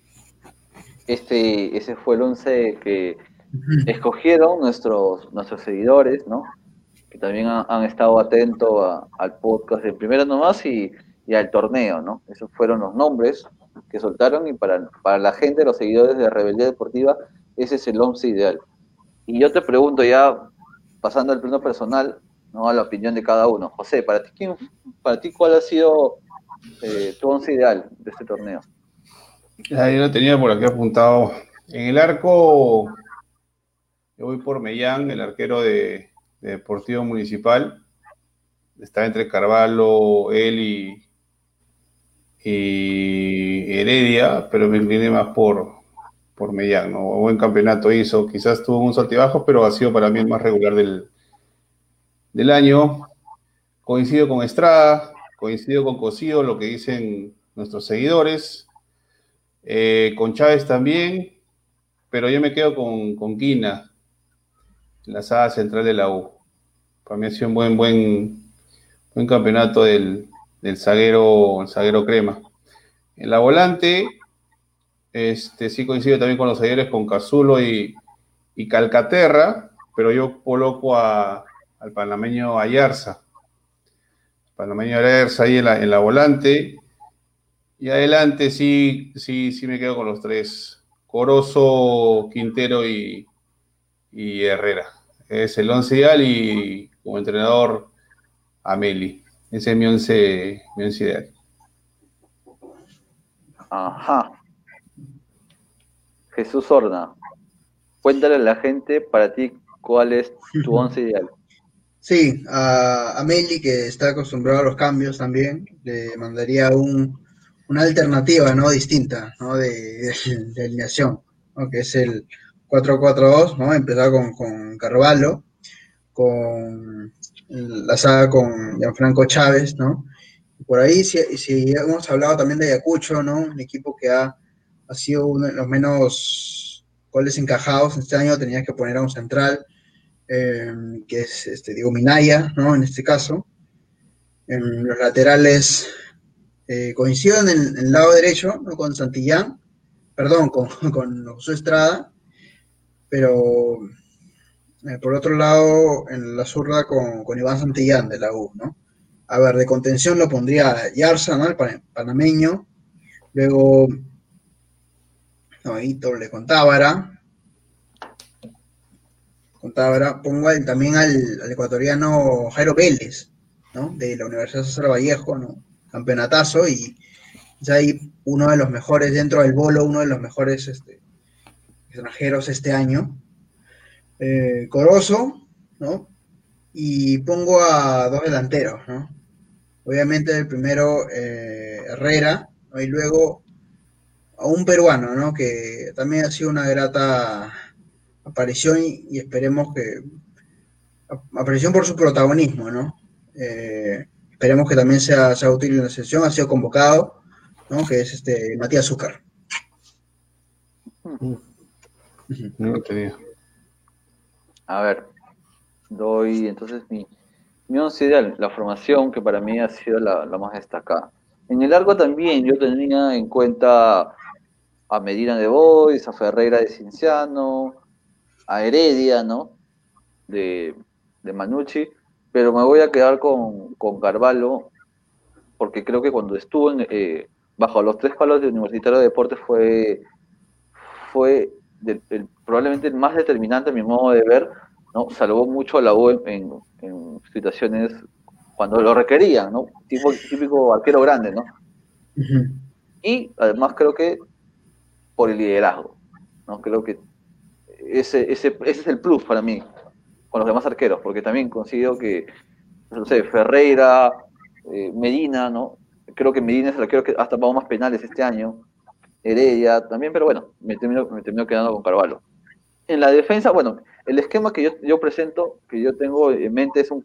Ese fue el 11 que escogieron nuestros seguidores, ¿no? Que también han estado atentos al podcast de Primero Nomás y al torneo, ¿no? Esos fueron los nombres que soltaron, y para la gente, los seguidores de Rebeldía Deportiva, ese es el 11 ideal. Y yo te pregunto, ya pasando al plano personal, ¿no? A la opinión de cada uno. José, para ti cuál ha sido tu once ideal de este torneo. Ahí lo tenía por aquí apuntado. En el arco, yo voy por Mellán, el arquero de Deportivo Municipal. Está entre Carvalho, él y Heredia, pero me incliné más por Mellán, ¿no? Buen campeonato hizo, quizás tuvo un altibajos, pero ha sido para mí el más regular del año. Coincido con Estrada, coincido con Cosío, lo que dicen nuestros seguidores. Con Chávez también, pero yo me quedo con Quina, la saga central de la U. Para mí ha sido un buen campeonato del zaguero crema. En la volante, sí coincido también con los ayeres, con Cazulo y Calcaterra, pero yo coloco al panameño Ayarza. Panameño Ayarza ahí en la volante. Y adelante sí me quedo con los tres. Corozo, Quintero y Herrera. Es el once ideal y como entrenador Ameli. Ese es mi once ideal. Ajá. Jesús Horna, cuéntale a la gente para ti cuál es tu once ideal. Sí, a Meli, que está acostumbrado a los cambios también, le mandaría una alternativa, ¿no? Distinta, ¿no? De alineación, ¿no? Que es el 4-4-2, ¿no? Empezar con Carvalho, con la saga con Gianfranco Chávez, ¿no? Por ahí, si hemos hablado también de Ayacucho, ¿no? Un equipo que ha sido uno de los menos goles encajados este año, tenías que poner a un central, que es Diego Minaya, ¿no? En este caso. En los laterales coincido en el lado derecho, ¿no? Con Santillán, perdón, con Josué Estrada, pero por otro lado, en la zurda con Iván Santillán de la U, ¿no? A ver, de contención lo pondría Yarza, ¿no? El panameño. Luego, no, ahí doble con Tábara. Pongo también al ecuatoriano Jairo Vélez, ¿no? De la Universidad César Vallejo, ¿no? Campeonatazo, y es ahí uno de los mejores dentro del bolo, uno de los mejores extranjeros este año. Corozo, ¿no? Y pongo a dos delanteros, ¿no? Obviamente el primero Herrera, ¿no? Y luego a un peruano, ¿no? Que también ha sido una grata aparición y esperemos que aparición por su protagonismo, ¿no? Esperemos que también sea útil en la selección, ha sido convocado, ¿no? Que es Matías Zúcar. No lo tenía. A ver, doy entonces mi once ideal, la formación que para mí ha sido la más destacada. En el arco también yo tenía en cuenta a Medina de Bois, a Ferreira de Cienciano, a Heredia, ¿no? De Manucci, pero me voy a quedar con Carvalho, porque creo que cuando estuvo bajo los tres palos de Universitario de Deportes fue probablemente el más determinante a mi modo de ver, ¿no? Salvó mucho a la U en situaciones cuando lo requerían, ¿no? Típico arquero grande, ¿no? Uh-huh. Y además creo que por el liderazgo, ¿no? Creo que ese es el plus para mí con los demás arqueros, porque también considero que, no sé, Ferreira, Medina, ¿no? Creo que Medina es el arquero que ha tapado más penales este año, Heredia también, pero bueno, me termino quedando con Carvalho. En la defensa, bueno, el esquema que yo presento, que yo tengo en mente es un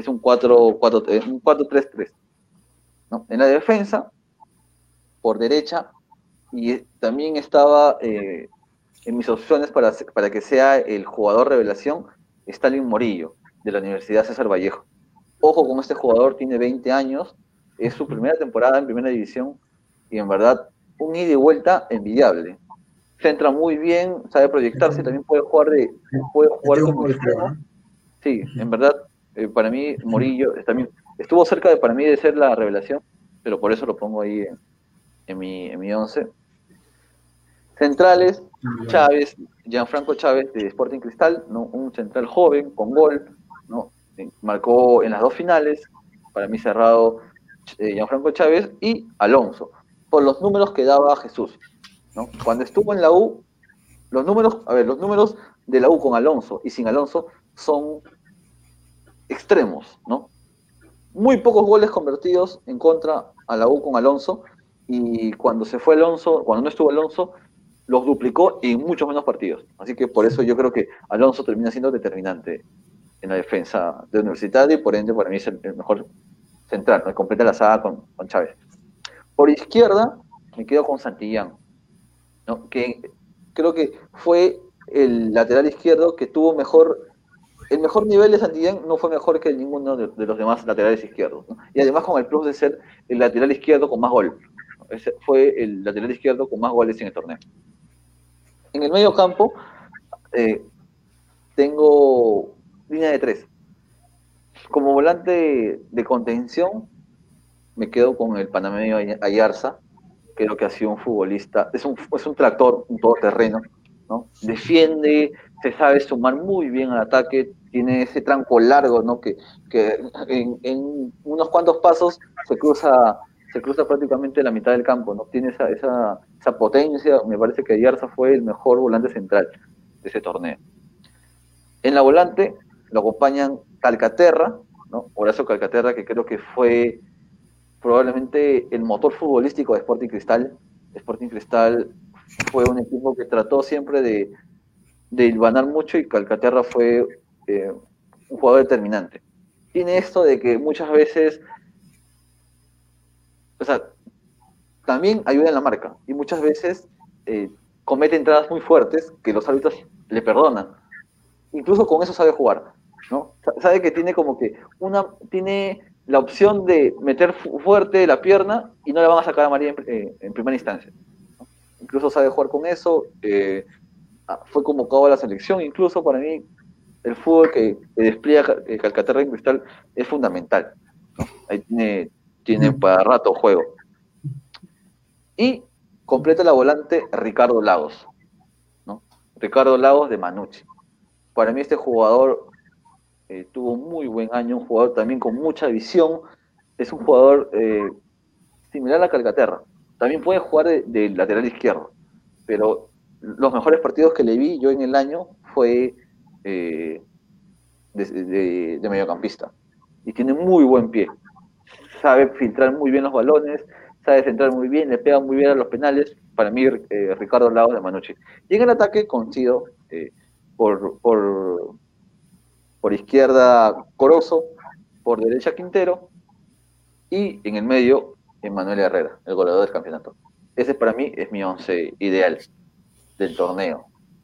4-3-3, ¿no? En la defensa, por derecha, y también estaba en mis opciones para que sea el jugador revelación, Stalin Morillo, de la Universidad César Vallejo. Ojo con este jugador, tiene 20 años, es su primera temporada en primera división, y en verdad, un ida y vuelta envidiable. Centra muy bien, sabe proyectarse, también puede jugar como extremo. Sí, en verdad, para mí Morillo también estuvo cerca para mí de ser la revelación, pero por eso lo pongo ahí en mi 11. Centrales, Chávez, Gianfranco Chávez de Sporting Cristal, ¿no? Un central joven, con gol, ¿no? Marcó en las dos finales, para mí cerrado Gianfranco Chávez y Alonso, por los números que daba Jesús, ¿no? Cuando estuvo en la U, los números de la U con Alonso y sin Alonso son extremos, ¿no? Muy pocos goles convertidos en contra a la U con Alonso, y cuando se fue Alonso, cuando no estuvo Alonso, los duplicó en muchos menos partidos. Así que por eso yo creo que Alonso termina siendo determinante en la defensa de Universitario, y por ende para mí es el mejor central, me completa la saga con Chávez. Por izquierda me quedo con Santillán, ¿no? Que creo que fue el lateral izquierdo que tuvo el mejor nivel de Santillán. No fue mejor que ninguno de los demás laterales izquierdos, ¿no? Y además con el plus de ser el lateral izquierdo con más gol. Ese fue el lateral izquierdo con más goles en el torneo. En el medio campo tengo línea de 3. Como volante de contención me quedo con el panameño Ayarza. Creo que ha sido un futbolista, es un tractor, un todoterreno, ¿no? Defiende, se sabe sumar muy bien al ataque, tiene ese tranco largo, ¿no? Que en unos cuantos pasos se cruza prácticamente la mitad del campo, ¿no? Tiene esa potencia. Me parece que Ayarza fue el mejor volante central de ese torneo. En la volante lo acompañan Calcaterra, ¿no? Horacio Calcaterra, que creo que fue probablemente el motor futbolístico de Sporting Cristal. Sporting Cristal fue un equipo que trató siempre de hilvanar mucho, y Calcaterra fue un jugador determinante. Tiene esto de que muchas veces, o sea, también ayuda en la marca, y muchas veces comete entradas muy fuertes que los árbitros le perdonan. Incluso con eso sabe jugar, ¿no? Sabe que tiene como que tiene la opción de meter fuerte la pierna y no le van a sacar a María en primera instancia, ¿no? Incluso sabe jugar con eso. Fue convocado a la selección. Incluso para mí el fútbol que despliega Calcaterra en Cristal es fundamental, ¿no? Ahí tiene para rato juego. Y completa la volante Ricardo Lagos, ¿no? Ricardo Lagos de Manucci. Para mí este jugador tuvo un muy buen año, un jugador también con mucha visión. Es un jugador similar a Calcaterra. También puede jugar de lateral izquierdo, pero los mejores partidos que le vi yo en el año fue de mediocampista. Y tiene muy buen pie. Sabe filtrar muy bien los balones, sabe centrar muy bien, le pega muy bien a los penales. Para mí, Ricardo Lagos de Manucci. Y en el ataque coincido por izquierda Corozo, por derecha Quintero, y en el medio Emmanuel Herrera, el goleador del campeonato. Ese para mí es mi 11 ideal del torneo.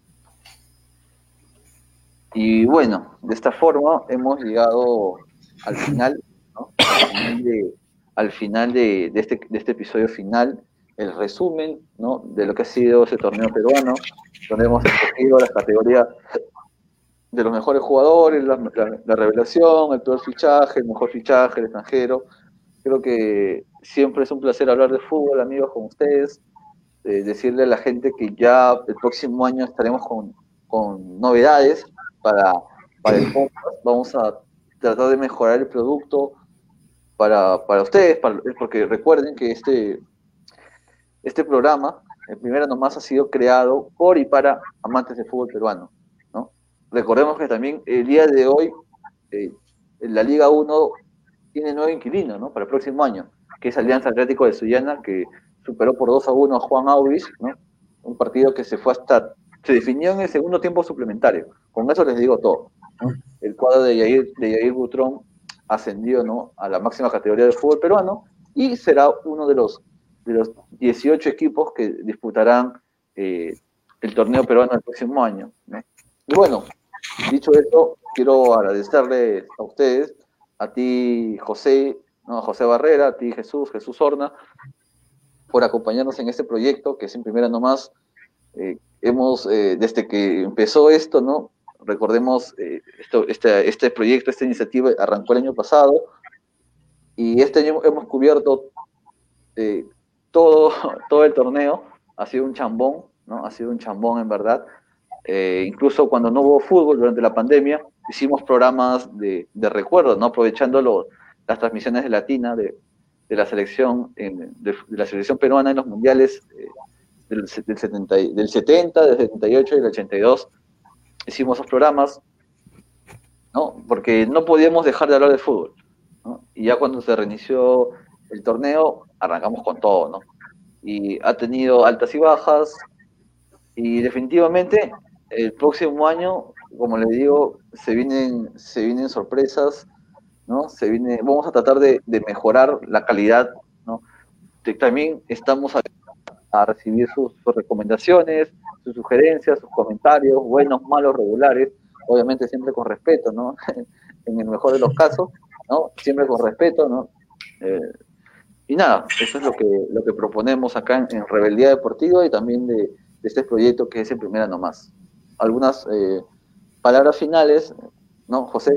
Y bueno, de esta forma hemos llegado al final, ¿no? Al final de este episodio final, el resumen, ¿no? De lo que ha sido ese torneo peruano, donde hemos escogido las categorías de los mejores jugadores, la revelación, el peor fichaje, el mejor fichaje, el extranjero. Creo que siempre es un placer hablar de fútbol, amigos, con ustedes. Decirle a la gente que ya el próximo año estaremos con novedades para el podcast. Vamos a tratar de mejorar el producto para ustedes, porque recuerden que este programa, el primero nomás, ha sido creado por y para amantes del fútbol peruano, ¿no? Recordemos que también el día de hoy la Liga 1 tiene nuevo inquilino, ¿no? Para el próximo año, que es Alianza Atlético de Sullana, que superó por 2-1 a Juan Aurich, ¿no? Un partido que se definió en el segundo tiempo suplementario. Con eso les digo todo, ¿no? El cuadro de Yair Butrón ascendió, ¿no? A la máxima categoría del fútbol peruano, y será uno de los 18 equipos que disputarán el torneo peruano el próximo año, ¿no? Y bueno, dicho esto, quiero agradecerles a ustedes, a ti José, ¿no? A José Barrera, a ti Jesús Horna, por acompañarnos en este proyecto, que sin primera nomás hemos, desde que empezó esto, ¿no? Recordemos, este proyecto, esta iniciativa arrancó el año pasado, y este año hemos cubierto todo el torneo. Ha sido un chambón, ¿no? Ha sido un chambón en verdad. Incluso cuando no hubo fútbol durante la pandemia, hicimos programas de recuerdo, ¿no? Aprovechando las transmisiones de Latina de la selección de la selección peruana en los mundiales del 70, del 78 y del 82. Hicimos esos programas, ¿no? Porque no podíamos dejar de hablar de fútbol, ¿no? Y ya cuando se reinició el torneo, arrancamos con todo, ¿no? Y ha tenido altas y bajas, y definitivamente el próximo año, como les digo, se vienen sorpresas, ¿no? Vamos a tratar de mejorar la calidad, ¿no? También estamos a recibir sus recomendaciones, sus sugerencias, sus comentarios, buenos, malos, regulares, obviamente siempre con respeto, ¿no? En el mejor de los casos, ¿no? Siempre con respeto, ¿no? Y nada, eso es lo que proponemos acá en Rebeldía Deportiva y también de este proyecto que es en Primera Nomás. Algunas palabras finales, ¿no, José?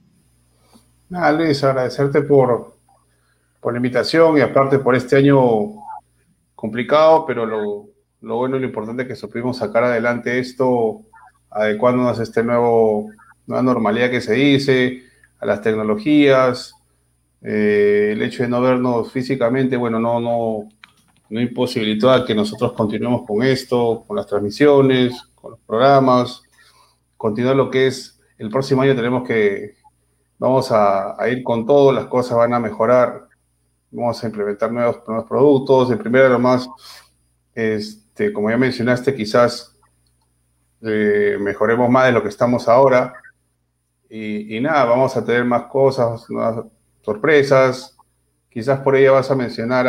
Nada, Luis, agradecerte por la invitación y aparte por este año complicado, pero lo bueno y lo importante es que supimos sacar adelante esto, adecuándonos a esta nueva normalidad que se dice, a las tecnologías, el hecho de no vernos físicamente, bueno, no imposibilitó a que nosotros continuemos con esto, con las transmisiones, con los programas, continuar lo que es el próximo año. Vamos a ir con todo, las cosas van a mejorar, vamos a implementar nuevos productos. En primera nomás, como ya mencionaste, quizás mejoremos más de lo que estamos ahora y nada, vamos a tener más cosas, nuevas sorpresas. Quizás por ella vas a mencionar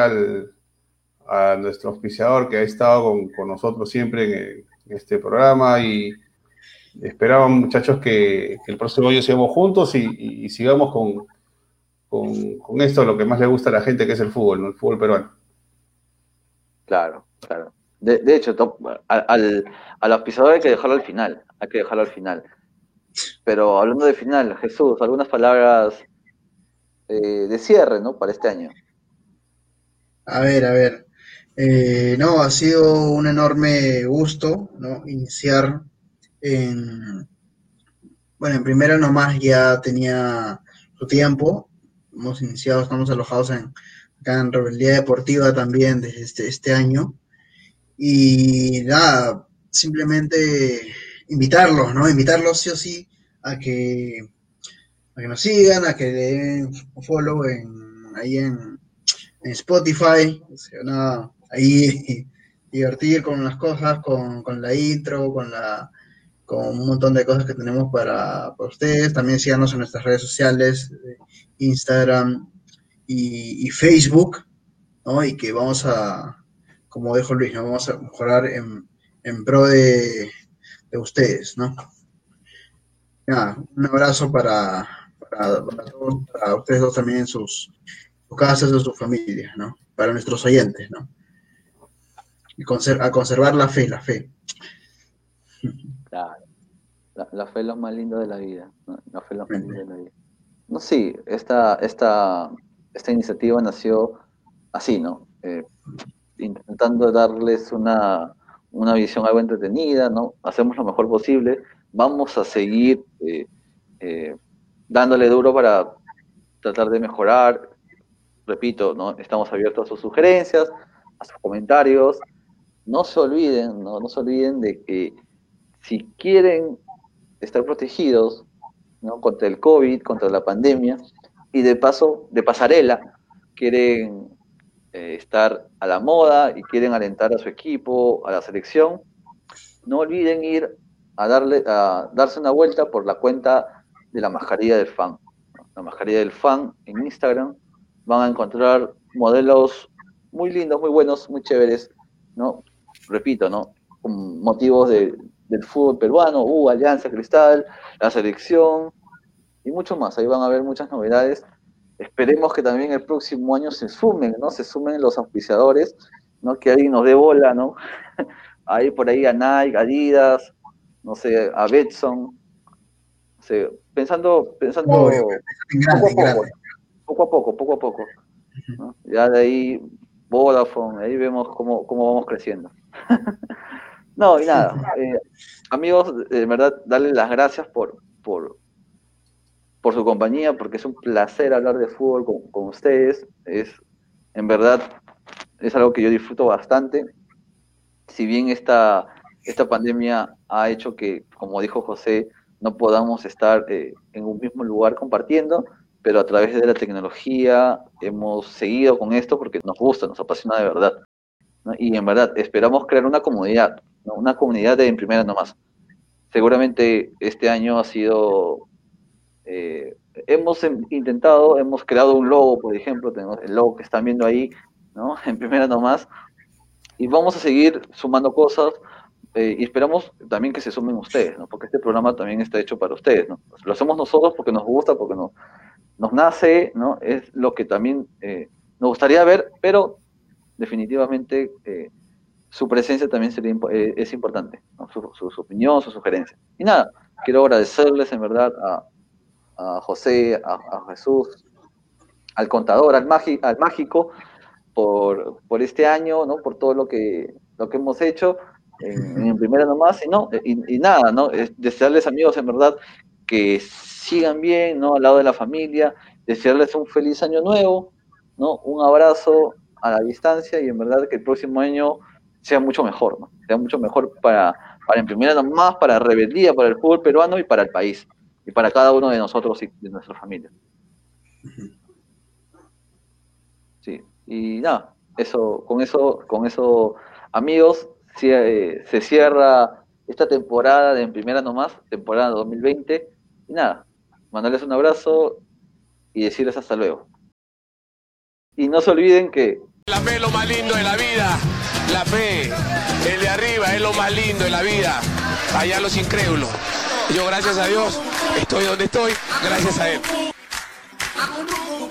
a nuestro auspiciador que ha estado con nosotros siempre en este programa y esperamos, muchachos, que el próximo año sigamos juntos y sigamos con esto, lo que más le gusta a la gente, que es el fútbol, ¿no? El fútbol peruano. Claro, claro. De hecho, al auspiciador hay que dejarlo al final. Pero hablando de final, Jesús, algunas palabras de cierre, ¿no? Para este año. A ver. No, ha sido un enorme gusto, ¿no? Iniciar en, bueno, en Primera Nomás ya tenía su tiempo. Hemos iniciado, estamos alojados acá en Rebeldía Deportiva también desde este año. Y nada, simplemente invitarlos, ¿no? Invitarlos sí o sí a que nos sigan, a que le den un follow ahí en Spotify. O sea, nada, ahí divertir con las cosas, con la intro, con un montón de cosas que tenemos para ustedes. También síganos en nuestras redes sociales, Instagram y Facebook, ¿no? Y que vamos como dijo Luis, ¿no? Vamos a mejorar en pro de ustedes, ¿no? Nada, un abrazo para todos, para ustedes dos también en sus casas o sus familias, ¿no? Para nuestros oyentes, ¿no? Y a conservar la fe. Claro. La fe es lo más lindo de la vida, ¿no? La fe es lo más lindo de la vida. No, sí, esta iniciativa nació así, ¿no? Intentando darles una visión algo entretenida, ¿no? Hacemos lo mejor posible. Vamos a seguir dándole duro para tratar de mejorar. Repito, ¿no? Estamos abiertos a sus sugerencias, a sus comentarios. No se olviden, ¿no? No se olviden de que si quieren estar protegidos, ¿no? Contra el COVID, contra la pandemia, y de paso, de pasarela, quieren estar a la moda y quieren alentar a su equipo, a la selección, no olviden ir a darse una vuelta por la cuenta de la Mascarilla del Fan. La Mascarilla del Fan en Instagram. Van a encontrar modelos muy lindos, muy buenos, muy chéveres, ¿no? Repito, ¿no? Con motivos del fútbol peruano, Alianza Cristal, la selección y mucho más. Ahí van a ver muchas novedades. Esperemos que también el próximo año se sumen, ¿no? Se sumen los auspiciadores, ¿no? Que alguien nos dé bola, ¿no? Ahí por ahí a Nike, Adidas, no sé, a Betson. No sé, pensando poco a poco, ¿no? Ya de ahí Vodafone, ahí vemos cómo vamos creciendo. No, y nada, amigos, de verdad, darles las gracias por su compañía, porque es un placer hablar de fútbol con ustedes. En verdad, es algo que yo disfruto bastante. Si bien esta pandemia ha hecho que, como dijo José, no podamos estar en un mismo lugar compartiendo, pero a través de la tecnología hemos seguido con esto porque nos gusta, nos apasiona de verdad, ¿no? Y en verdad, esperamos crear una comunidad, ¿no? Una comunidad de En Primera Nomás. Seguramente este año ha sido... hemos intentado, hemos creado un logo, por ejemplo, tenemos el logo que están viendo ahí, ¿no? En Primera Nomás, y vamos a seguir sumando cosas, y esperamos también que se sumen ustedes, ¿no? Porque este programa también está hecho para ustedes, ¿no? Lo hacemos nosotros porque nos gusta, porque nos nace, ¿no? Es lo que también nos gustaría ver, pero definitivamente su presencia también es importante, ¿no? Su opinión, su sugerencia. Y nada, quiero agradecerles en verdad a José, a Jesús, al contador, al mágico, por este año, ¿no? Por todo lo que hemos hecho en Primera Nomás, y nada, ¿no? Desearles, amigos, en verdad, que sigan bien, ¿no? Al lado de la familia, desearles un feliz año nuevo, ¿no? Un abrazo a la distancia, y en verdad que el próximo año sea mucho mejor, ¿no? Sea mucho mejor para En Primera Nomás, para Rebeldía, para el fútbol peruano y para el país, y para cada uno de nosotros y de nuestra familia. Sí, y nada, con eso, amigos, se cierra esta temporada de En Primera Nomás, temporada 2020, y nada, mandarles un abrazo y decirles hasta luego. Y no se olviden que La fe es lo más lindo de la vida. La fe, el de arriba, es lo más lindo de la vida. Allá los incrédulos. Yo, gracias a Dios, estoy donde estoy, gracias a Él.